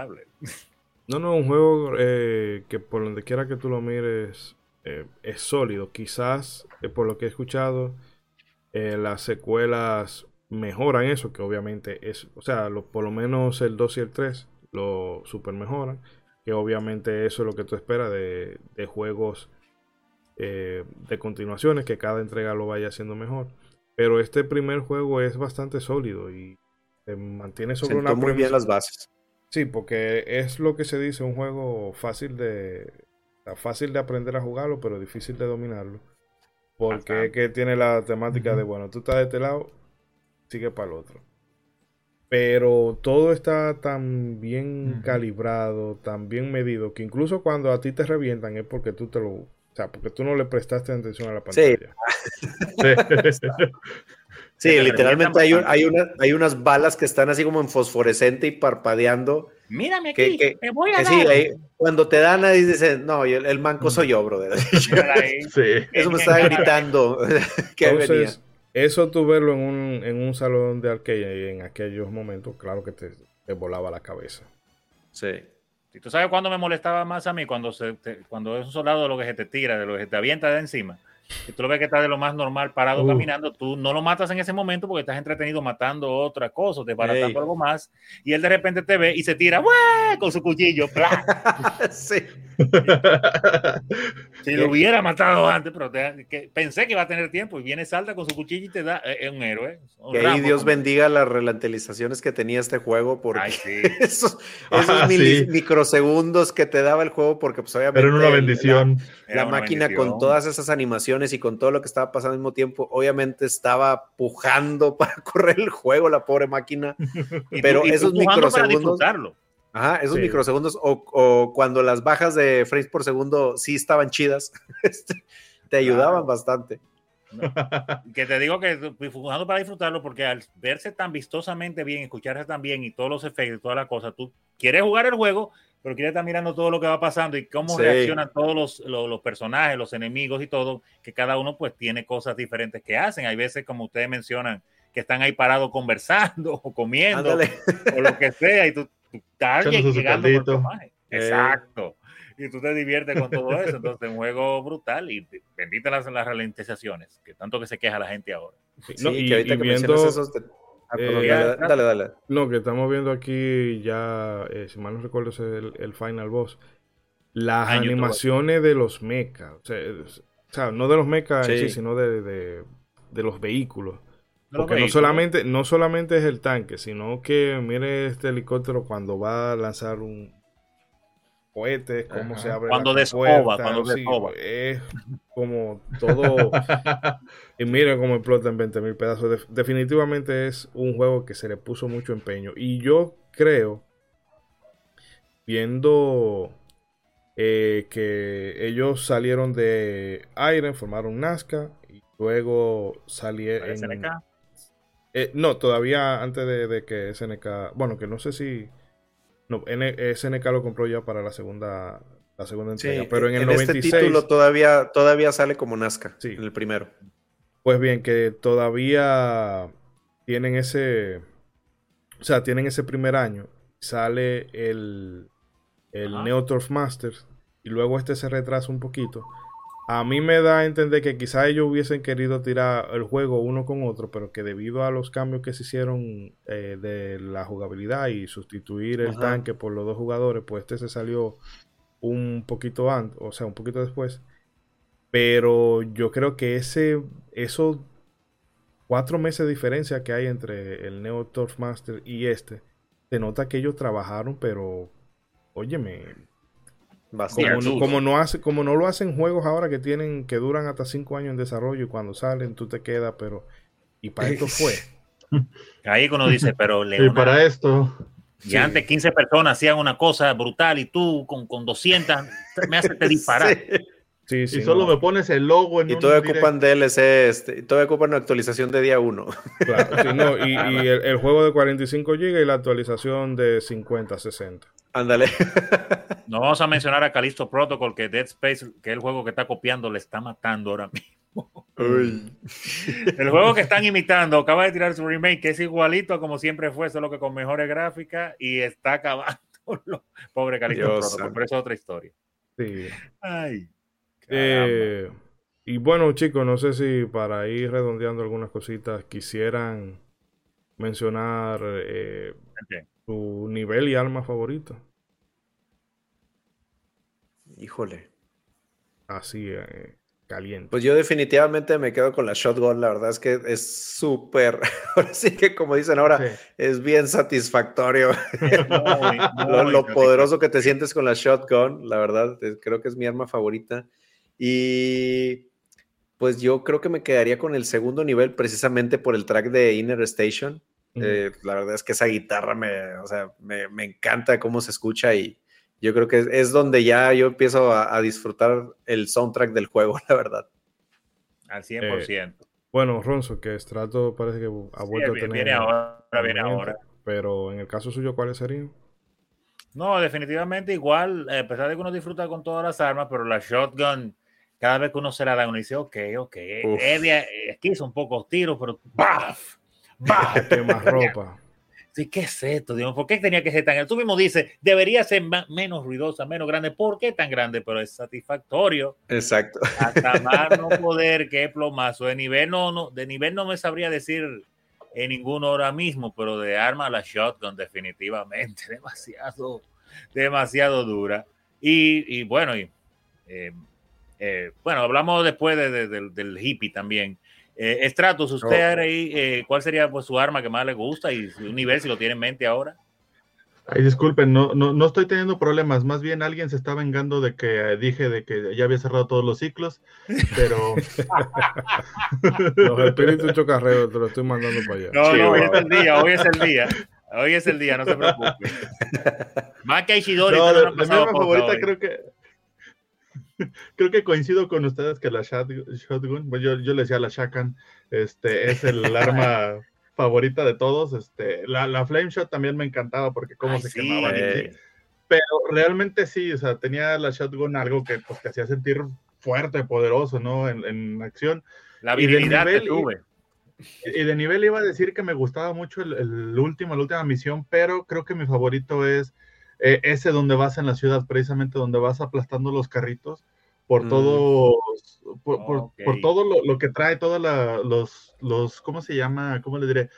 No, un juego que por donde quiera que tú lo mires es sólido. Quizás, por lo que he escuchado, las secuelas mejoran eso, que obviamente es, o sea, por lo menos el 2 y el 3 lo super mejoran, que obviamente eso es lo que tú esperas de juegos de continuaciones, que cada entrega lo vaya haciendo mejor. pero este primer juego es bastante sólido y se mantiene sobre Sentó una muy bien las bases. Sí, porque es lo que se dice, un juego fácil de aprender a jugarlo, pero difícil de dominarlo. Porque es que tiene la temática de, bueno, tú estás de este lado, sigue para el otro. Pero todo está tan bien calibrado, tan bien medido, que incluso cuando a ti te revientan es porque tú o sea, porque tú no le prestaste atención a la pantalla. Sí, literalmente hay unas balas que están así como en fosforescente y parpadeando. Mírame aquí, te voy a dar. Sí, cuando te dan ahí dicen, no, el manco soy yo, brother. Eso me estaba gritando. Entonces, eso tú verlo en un salón de arcade y en aquellos momentos, claro que te volaba la cabeza. Sí. ¿Y tú sabes cuándo me molestaba más a mí? Cuando es un soldado de lo que se te tira, de lo que se te avienta de encima. Si tú lo ves que está de lo más normal parado caminando, tú no lo matas en ese momento porque estás entretenido matando otra cosa, desbaratando algo más, y él de repente te ve y se tira con su cuchillo. Sí. Si lo hubiera matado antes, pero pensé que iba a tener tiempo y viene, salta con su cuchillo y te da, es un héroe. Que ahí Dios bendiga las relantelizaciones que tenía este juego, porque esos microsegundos que te daba el juego, porque pues obviamente era una bendición. La máquina con todas esas animaciones y con todo lo que estaba pasando al mismo tiempo, obviamente estaba pujando para correr el juego, la pobre máquina. Pero esos microsegundos, esos microsegundos o cuando las bajas de frames por segundo sí estaban chidas, te ayudaban bastante. No. Que te digo que estoy jugando para disfrutarlo, porque al verse tan vistosamente bien, escucharse tan bien y todos los efectos, toda la cosa, tú quieres jugar el juego, pero quieres estar mirando todo lo que va pasando y cómo reaccionan todos los personajes, los enemigos y todo, que cada uno pues tiene cosas diferentes que hacen. Hay veces, como ustedes mencionan, que están ahí parados conversando o comiendo o lo que sea, y tú estás llegando con el personaje. Exacto. Y tú te diviertes con todo eso. Entonces, un juego brutal y bendita las ralentizaciones, que tanto que se queja la gente ahora. Sí, que ahorita que mencionas esos dale. Lo que estamos viendo aquí ya, si mal no recuerdo, es el Final Boss. Las animaciones de los mechas, o sea, no de los mechas en sí, sino de los vehículos. Porque no solamente es el tanque, sino que mire este helicóptero cuando va a lanzar un cohete, cómo se abre cuando la descova, es como todo. Y mire cómo explota en 20,000 pedazos. Definitivamente es un juego que se le puso mucho empeño. Y yo creo, viendo que ellos salieron de Iron, formaron Nazca y luego salieron SNK. No, todavía antes de que SNK, bueno, que no sé si SNK lo compró ya para la segunda entrega, pero en el 96 este título todavía sale como Nazca, en el primero. Pues bien, que todavía tienen ese primer año, sale el Neo Turf Masters y luego se retrasa un poquito. A mí me da a entender que quizá ellos hubiesen querido tirar el juego uno con otro, pero que debido a los cambios que se hicieron de la jugabilidad y sustituir el tanque por los dos jugadores, pues se salió un poquito antes, o sea, un poquito después. Pero yo creo que esos 4 meses de diferencia que hay entre el Neo Turf Master y se nota que ellos trabajaron, pero óyeme, como no lo hacen juegos ahora que duran hasta 5 años en desarrollo y cuando salen tú te quedas, pero y para esto fue. Ahí uno dice, pero y para esto. Y antes 15 personas hacían una cosa brutal y tú con 200 me haces disparar. Sí, y solo me pones el logo en y todavía ocupan DLC, todavía ocupan una actualización de día 1. Claro, y el juego de 45 GB y la actualización de 50, 60. Ándale. No vamos a mencionar a Callisto Protocol, que Dead Space, que es el juego que está copiando, le está matando ahora mismo. El juego que están imitando acaba de tirar su remake, que es igualito a como siempre fue, solo que con mejores gráficas, y está acabando. Pobre Callisto Protocol, pero eso es otra historia. Sí. Ay. Y bueno, chicos, no sé si para ir redondeando algunas cositas quisieran mencionar su nivel y arma favorita. Híjole. Así, caliente. Pues yo definitivamente me quedo con la shotgun. La verdad es que es súper, ahora sí que como dicen ahora, Sí. es bien satisfactorio. Muy Lo poderoso que te sientes con la shotgun, la verdad, creo que es mi arma favorita. Y pues yo creo que me quedaría con el segundo nivel precisamente por el track de Inner Station. La verdad es que esa guitarra me encanta cómo se escucha y yo creo que es donde ya yo empiezo a disfrutar el soundtrack del juego, la verdad. Al 100%. Bueno, Ronzo, que Strato parece que ha vuelto a tener... Viene ahora. Pero en el caso suyo, ¿cuáles serían? No, definitivamente igual, a pesar de que uno disfruta con todas las armas, pero la shotgun, cada vez que uno se la da, uno dice, ok. Aquí son pocos tiros, pero ¡baf! ¡Baf! Quema ropa. Sí, ¿qué es esto? Dios? ¿Por qué tenía que ser tan grande? Tú mismo dices, debería ser menos ruidosa, menos grande. ¿Por qué tan grande? Pero es satisfactorio. Exacto. Hasta más no poder que plomazo. De nivel no me sabría decir en ninguno ahora mismo, pero de arma a la shotgun definitivamente demasiado dura. Y bueno, hablamos después del hippie también. Stratos, usted ahí, ¿cuál sería pues su arma que más le gusta y su nivel si lo tiene en mente ahora? Ay, disculpen, no estoy teniendo problemas, más bien alguien se está vengando de que dije de que ya había cerrado todos los ciclos, pero... Los espíritus chocarreros te lo estoy mandando para allá. No, hoy es el día, no se preocupe. Más que Ishidori. No, mi arma favorita creo que coincido con ustedes que la shotgun, pues yo le decía la shotgun, es el arma favorita de todos. La flame shot también me encantaba porque cómo se quemaban. Pero realmente sí, o sea, tenía la shotgun algo que pues te hacía sentir fuerte, poderoso, ¿no? En acción. La habilidad que tuve. Y de nivel iba a decir que me gustaba mucho la última misión, pero creo que mi favorito es ese donde vas en la ciudad, precisamente donde vas aplastando los carritos por todo, por todo lo que trae, todos los, ¿cómo se llama? ¿Cómo le diré?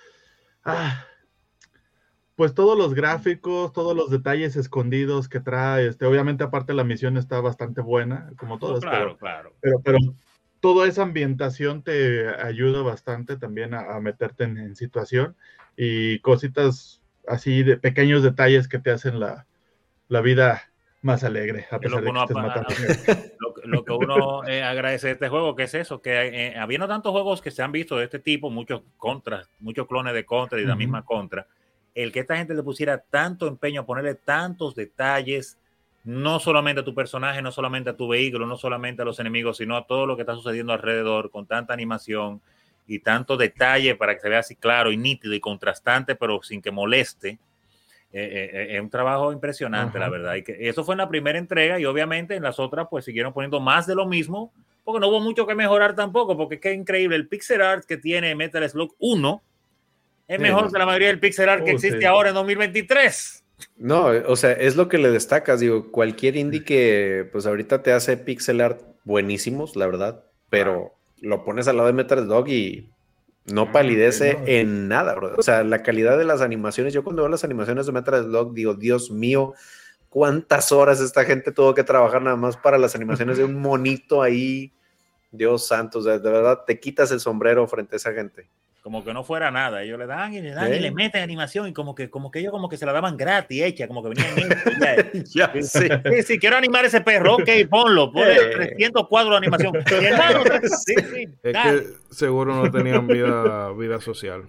Pues todos los gráficos, todos los detalles escondidos que trae, obviamente aparte la misión está bastante buena, como todas, claro. Pero toda esa ambientación te ayuda bastante también a meterte en situación y cositas así de pequeños detalles que te hacen la vida más alegre, a pesar de que estés matando. Lo que uno agradece de este juego, que es eso, que habiendo tantos juegos que se han visto de este tipo, muchos clones de Contra y la misma Contra, el que esta gente le pusiera tanto empeño a ponerle tantos detalles, no solamente a tu personaje, no solamente a tu vehículo, no solamente a los enemigos, sino a todo lo que está sucediendo alrededor, con tanta animación y tanto detalle para que se vea así claro y nítido y contrastante, pero sin que moleste. Es un trabajo impresionante, la verdad. Y que eso fue en la primera entrega y obviamente en las otras pues siguieron poniendo más de lo mismo, porque no hubo mucho que mejorar tampoco, porque es que es increíble. El pixel art que tiene Metal Slug 1 es mejor que la mayoría del pixel art que existe ahora en 2023. No, o sea, es lo que le destacas, digo, cualquier indie que pues ahorita te hace pixel art buenísimos, la verdad, pero lo pones al lado de Metal Slug y no palidece en nada, bro. O sea, la calidad de las animaciones, yo cuando veo las animaciones de Metal Slug digo, Dios mío, cuántas horas esta gente tuvo que trabajar nada más para las animaciones de un monito ahí, Dios santo, o sea, de verdad te quitas el sombrero frente a esa gente. Como que no fuera nada, ellos le dan y le meten animación y como que ellos como que se la daban gratis hecha, como que venían sí, quiero animar ese perro, ok, ponle 300 cuadros de animación. Es que seguro no tenían vida social.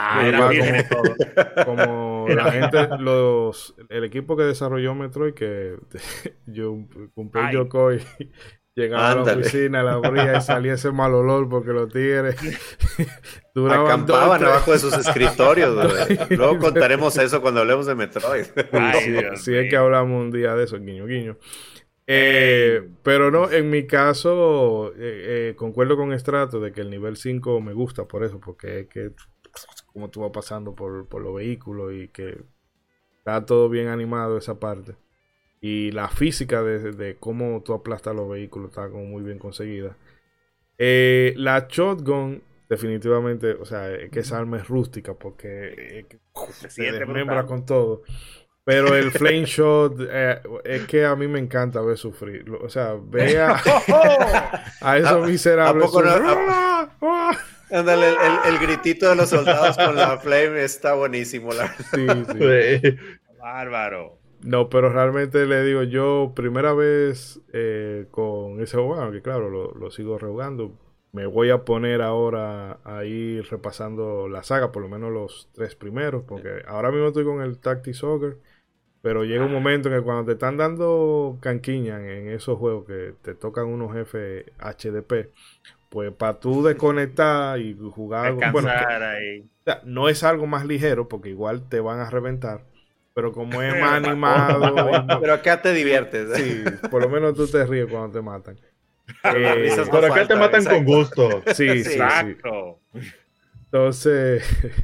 Como la gente, el equipo que desarrolló Metroid, que yo cumplí el Yokoi. Llegaba a la oficina, la abría y salía ese mal olor porque los tigres acampaban abajo de sus escritorios. Luego contaremos eso cuando hablemos de Metroid. Si es que hablamos un día de eso, guiño. Pero no, en mi caso, concuerdo con Strato de que el nivel 5 me gusta por eso, porque es que como tú vas pasando por los vehículos y que está todo bien animado esa parte. Y la física de cómo tú aplastas los vehículos está como muy bien conseguida. La shotgun, definitivamente, o sea, que esa arma es rústica porque se desmembra con todo. Pero el Flame Shot, es que a mí me encanta ver sufrir. O sea, vea a esos miserables. Ándale, el gritito de los soldados con la Flame está buenísimo. Sí. Bárbaro. No, pero realmente le digo, yo primera vez con ese juego, aunque claro, lo sigo rejugando. Me voy a poner ahora a ir repasando la saga, por lo menos los 3 primeros, porque ahora mismo estoy con el Tactics Ogre, pero llega un momento en que cuando te están dando canquiña en esos juegos que te tocan unos jefes HDP, pues para tú desconectar y jugar algo, bueno, ahí. O sea, no es algo más ligero, porque igual te van a reventar, pero como es más animado... Pero acá te diviertes. Sí, por lo menos tú te ríes cuando te matan. Por acá te matan con gusto. Sí, exacto. Sí. Entonces,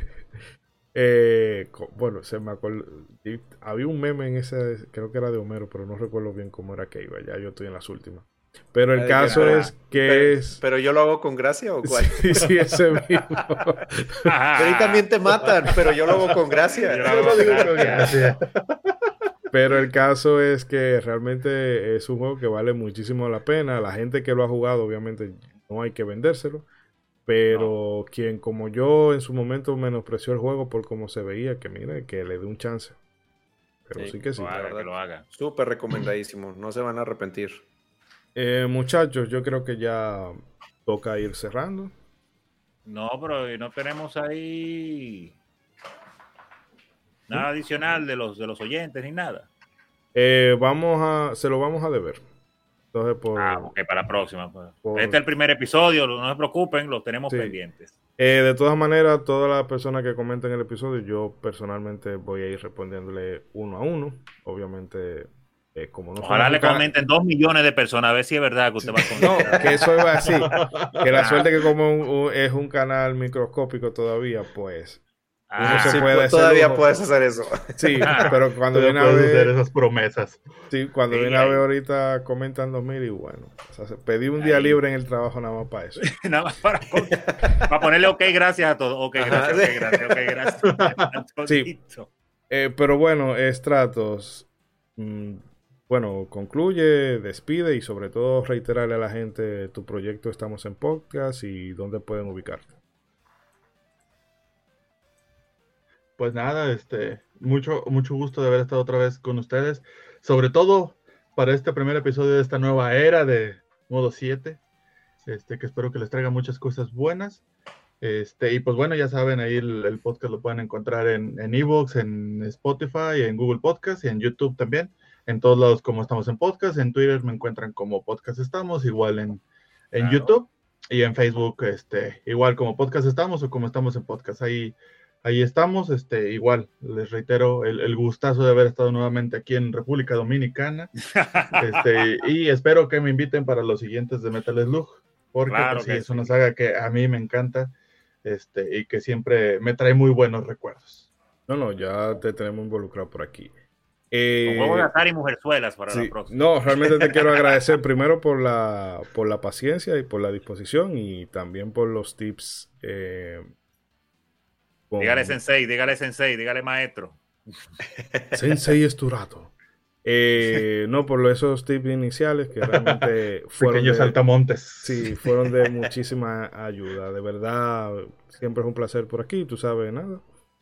bueno, se me acordó. Había un meme en ese, creo que era de Homero, pero no recuerdo bien cómo era que iba. Ya yo estoy en las últimas. Pero el caso es que ¿Pero yo lo hago con gracia o cuál? Sí, ese mismo. Pero ahí también te matan, pero yo lo hago con gracia. Yo lo digo con gracia. Pero el caso es que realmente es un juego que vale muchísimo la pena. La gente que lo ha jugado, obviamente, no hay que vendérselo. Pero quien como yo en su momento menospreció el juego por cómo se veía, que mire, que le dé un chance. Pero sí que sí. Que lo haga. Súper recomendadísimo. No se van a arrepentir. Muchachos, yo creo que ya toca ir cerrando. No, pero no tenemos ahí... Nada adicional de los oyentes ni nada. Se lo vamos a deber. Entonces, ok, para la próxima. Este es el primer episodio, no se preocupen, los tenemos pendientes. De todas maneras, todas las personas que comenten el episodio, yo personalmente voy a ir respondiéndole uno a uno. Obviamente, como no... Ojalá le comenten 2 millones de personas, a ver si es verdad que usted va a comentar. No, que eso iba así. Que la suerte que como es un canal microscópico todavía, pues... sí, todavía puedes hacer eso. Sí, pero cuando viene a ver hacer esas promesas. Sí, cuando viene a ver ahorita comentan 2000 y bueno, o sea, pedí un día libre en el trabajo nada más para eso. Nada más para ponerle ok, gracias a todos. Ok, gracias. Sí. Pero bueno, Stratos, bueno, concluye, despide y sobre todo reiterarle a la gente tu proyecto Estamos en Podcast y dónde pueden ubicarte. Pues nada, mucho gusto de haber estado otra vez con ustedes, sobre todo para este primer episodio de esta nueva era de Modo 7, que espero que les traiga muchas cosas buenas, y pues bueno, ya saben, ahí el podcast lo pueden encontrar en iVoox, en Spotify, en Google Podcast y en YouTube también, en todos lados como Estamos en Podcast, en Twitter me encuentran como Podcast Estamos, igual en YouTube, y en Facebook, igual como Podcast Estamos o como Estamos en Podcast, Ahí estamos, igual, les reitero el gustazo de haber estado nuevamente aquí en República Dominicana, y espero que me inviten para los siguientes de Metal Slug, porque pues, sí, es una saga que a mí me encanta, y que siempre me trae muy buenos recuerdos. No, ya te tenemos involucrado por aquí. Con juegos de azar y mujerzuelas para la próxima. No, realmente te quiero agradecer primero por la paciencia y por la disposición y también por los tips. Dígale sensei, dígale maestro. Sensei Esturato. No, por esos tips iniciales que realmente fueron pequeños saltamontes. Sí, fueron de muchísima ayuda. De verdad, siempre es un placer por aquí, tú sabes, nada.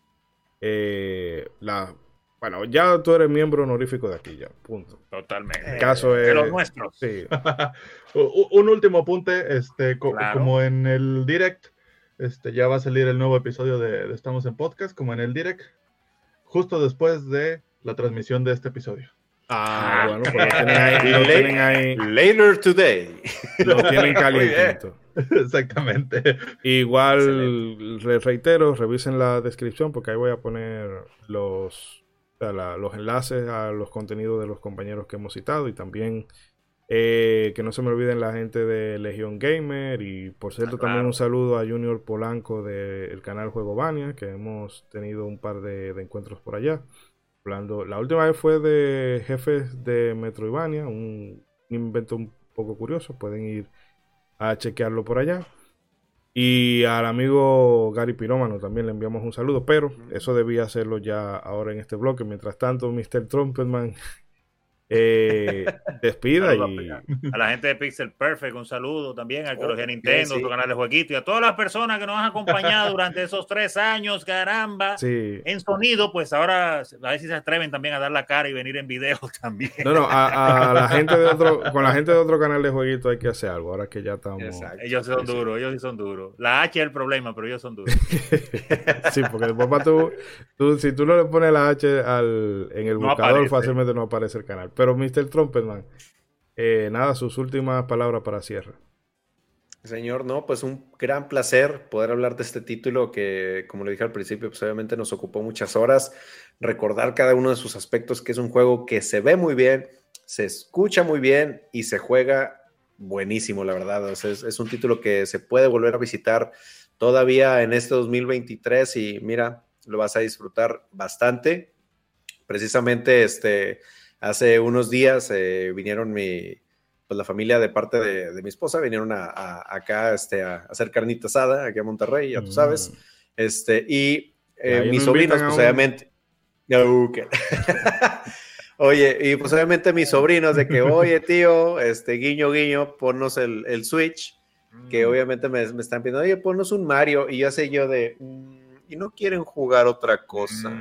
Bueno, ya tú eres miembro honorífico de aquí, ya, punto. Totalmente. El caso es... De los nuestros. Sí. Un último apunte, Claro. Como en el direct, ya va a salir el nuevo episodio de Estamos en Podcast, como en el direct, justo después de la transmisión de este episodio. Bueno, pues lo tienen ahí. Later today. Lo tienen calientito. Exactamente. Igual, les reitero, revisen la descripción porque ahí voy a poner los enlaces a los contenidos de los compañeros que hemos citado y también que no se me olviden la gente de Legion Gamer y por cierto también un saludo a Junior Polanco del canal Juego Vania, que hemos tenido un par de encuentros por allá. La última vez fue de jefes de Metroidvania, un invento un poco curioso, pueden ir a chequearlo por allá. Y al amigo Gary Pirómano también le enviamos un saludo, pero eso debía hacerlo ya ahora en este bloque. Mientras tanto, Mr. Trumpetman despida y... A la gente de Pixel Perfect, un saludo también, Arqueología Nintendo, otro canal de jueguito, y a todas las personas que nos han acompañado durante esos 3 años, caramba, en sonido, pues ahora a ver si se atreven también a dar la cara y venir en video también. No, a la gente de otro, con la gente de otro canal de jueguito hay que hacer algo, ahora que ya estamos... Exacto. Ellos son duros, ellos sí son duros. La H es el problema, pero ellos son duros. Sí, porque después si tú no le pones la H en el buscador, fácilmente no aparece el canal. Pero Mr. Trumpetman, nada, sus últimas palabras para cierre. Señor, no, pues un gran placer poder hablar de este título que, como le dije al principio, pues obviamente nos ocupó muchas horas. Recordar cada uno de sus aspectos, que es un juego que se ve muy bien, se escucha muy bien y se juega buenísimo, la verdad. O sea, es un título que se puede volver a visitar todavía en este 2023 y mira, lo vas a disfrutar bastante. Precisamente hace unos días vinieron la familia de parte de mi esposa, vinieron acá a hacer carnita asada, aquí a Monterrey, ya tú sabes. Y mis sobrinos, pues obviamente... Okay. Oye, y pues obviamente mis sobrinos de que, oye tío, guiño, guiño, ponnos el Switch, que obviamente me están pidiendo, oye, ponnos un Mario, y yo sé yo de... y no quieren jugar otra cosa.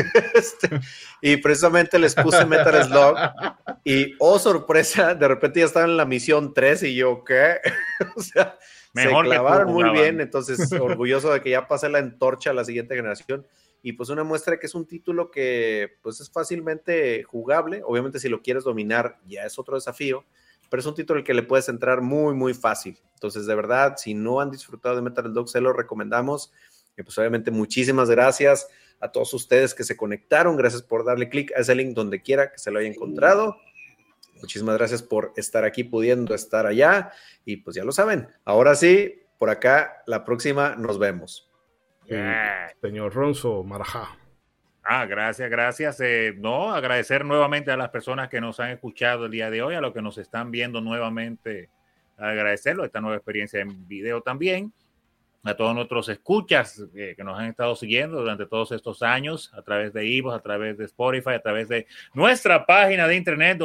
Y precisamente les puse Metal Slug y, oh sorpresa, de repente ya estaban en la misión 3 y yo, ¿qué? O sea, mejor se clavaron muy bien, entonces orgulloso de que ya pasé la antorcha a la siguiente generación y pues una muestra de que es un título que pues es fácilmente jugable, obviamente si lo quieres dominar ya es otro desafío, pero es un título al que le puedes entrar muy, muy fácil. Entonces, de verdad, si no han disfrutado de Metal Slug, se lo recomendamos. Y pues obviamente muchísimas gracias a todos ustedes que se conectaron, gracias por darle clic a ese link donde quiera que se lo haya encontrado, muchísimas gracias por estar aquí pudiendo estar allá y pues ya lo saben, ahora sí, por acá la próxima nos vemos. Señor Ronzo Marajá. Gracias. Agradecer nuevamente a las personas que nos han escuchado el día de hoy, a los que nos están viendo nuevamente, agradecerlo, esta nueva experiencia en video también. A todos nuestros escuchas que nos han estado siguiendo durante todos estos años a través de iVoox, a través de Spotify, a través de nuestra página de internet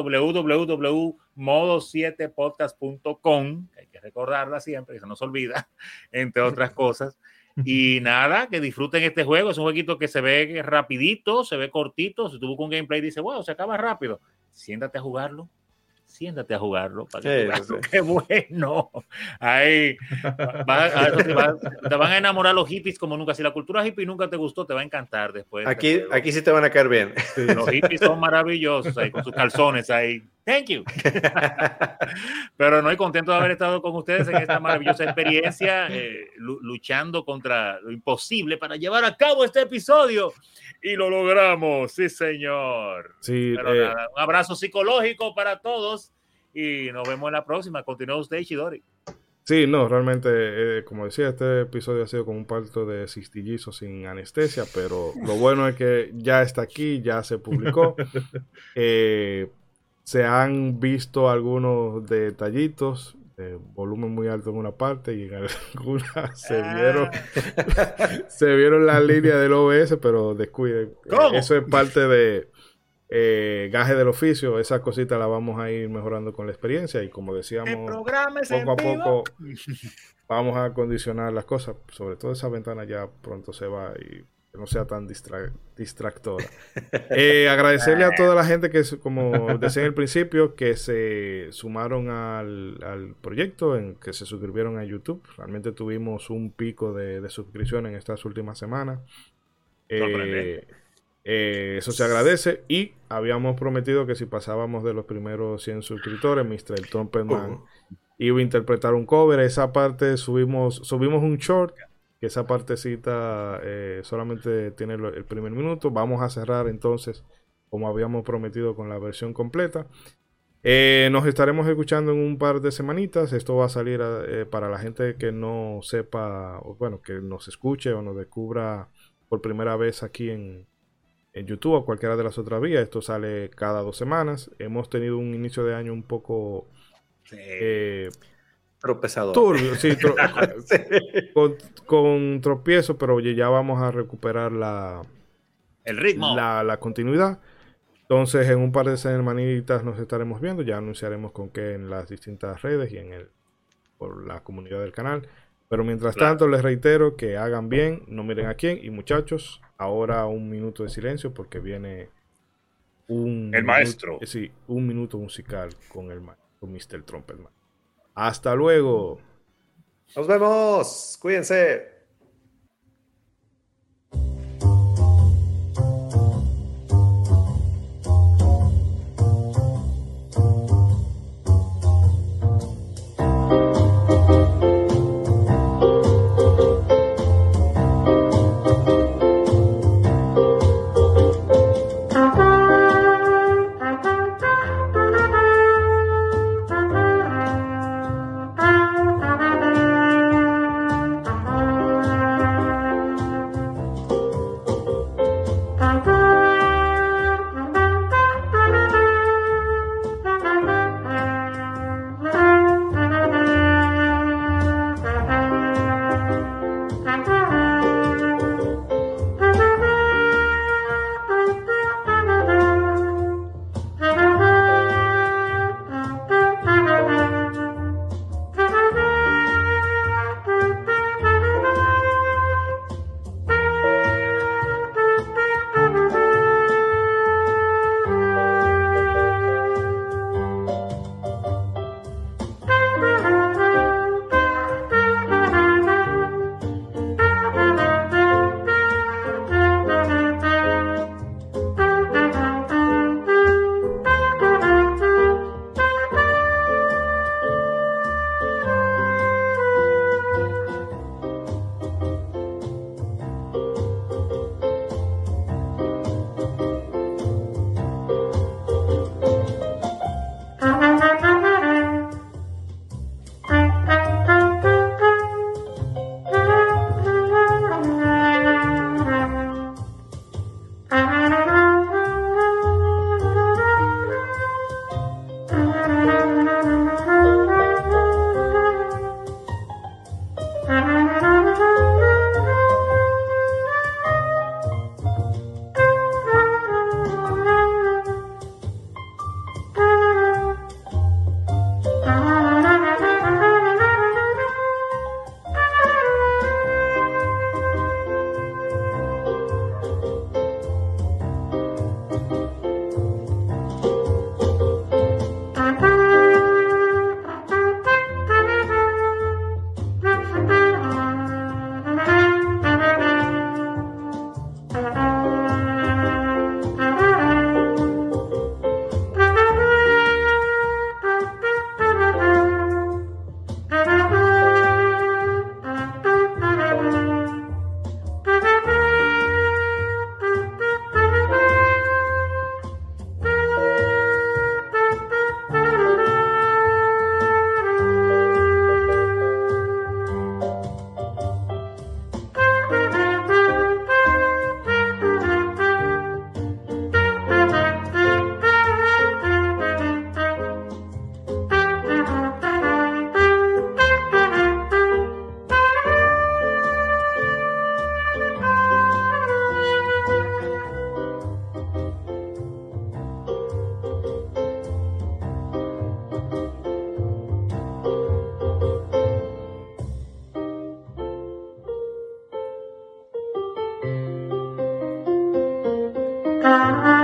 www.modo7podcast.com, hay que recordarla siempre, que se nos olvida, entre otras cosas. Y nada, que disfruten este juego, es un jueguito que se ve rapidito, se ve cortito, si tú buscas un gameplay y dices, wow, se acaba rápido, siéntate a jugarlo para que qué bueno. Ahí te van a enamorar los hippies como nunca. Si la cultura hippie nunca te gustó, te va a encantar después. Aquí sí te van a caer bien. Sí, los hippies son maravillosos ahí con sus calzones ahí. Thank you. Pero no, estoy contento de haber estado con ustedes en esta maravillosa experiencia, luchando contra lo imposible para llevar a cabo este episodio. Y lo logramos, sí señor. Sí, pero nada, un abrazo psicológico para todos y nos vemos en la próxima. Continúa usted, Ishidori. Sí, no, realmente, como decía, este episodio ha sido como un parto de cistillizos sin anestesia, pero lo bueno es que ya está aquí, ya se publicó. Se han visto algunos detallitos, volumen muy alto en una parte y en algunas se vieron las líneas del OBS, pero descuiden. Eso es parte de gaje del oficio. Esas cositas las vamos a ir mejorando con la experiencia y como decíamos, poco a poco vamos a acondicionar las cosas. Sobre todo esa ventana ya pronto se va y que no sea tan distractora. Agradecerle a toda la gente que, como decía en el principio, que se sumaron al proyecto, que se suscribieron a YouTube. Realmente tuvimos un pico de suscripción en estas últimas semanas. Eso se agradece y habíamos prometido que si pasábamos de los primeros 100 suscriptores, Mr. Trumpetman iba a interpretar un cover. Esa parte subimos un short, que esa partecita solamente tiene el primer minuto. Vamos a cerrar entonces, como habíamos prometido, con la versión completa. Nos estaremos escuchando en un par de semanitas. Esto va a salir para la gente que no sepa, o bueno, que nos escuche o nos descubra por primera vez aquí en YouTube o cualquiera de las otras vías. Esto sale cada 2 semanas. Hemos tenido un inicio de año un poco Tropezador. Turbio, sí, Sí. con tropiezo, pero oye, ya vamos a recuperar El ritmo. la continuidad. Entonces, en un par de semanitas nos estaremos viendo. Ya anunciaremos con qué en las distintas redes y por la comunidad del canal. Pero mientras tanto, les reitero que hagan bien, no miren a quién. Y muchachos, ahora un minuto de silencio porque viene El maestro. Un minuto musical con Mr. Trumpetman. Hasta luego. Nos vemos. Cuídense. Thank you.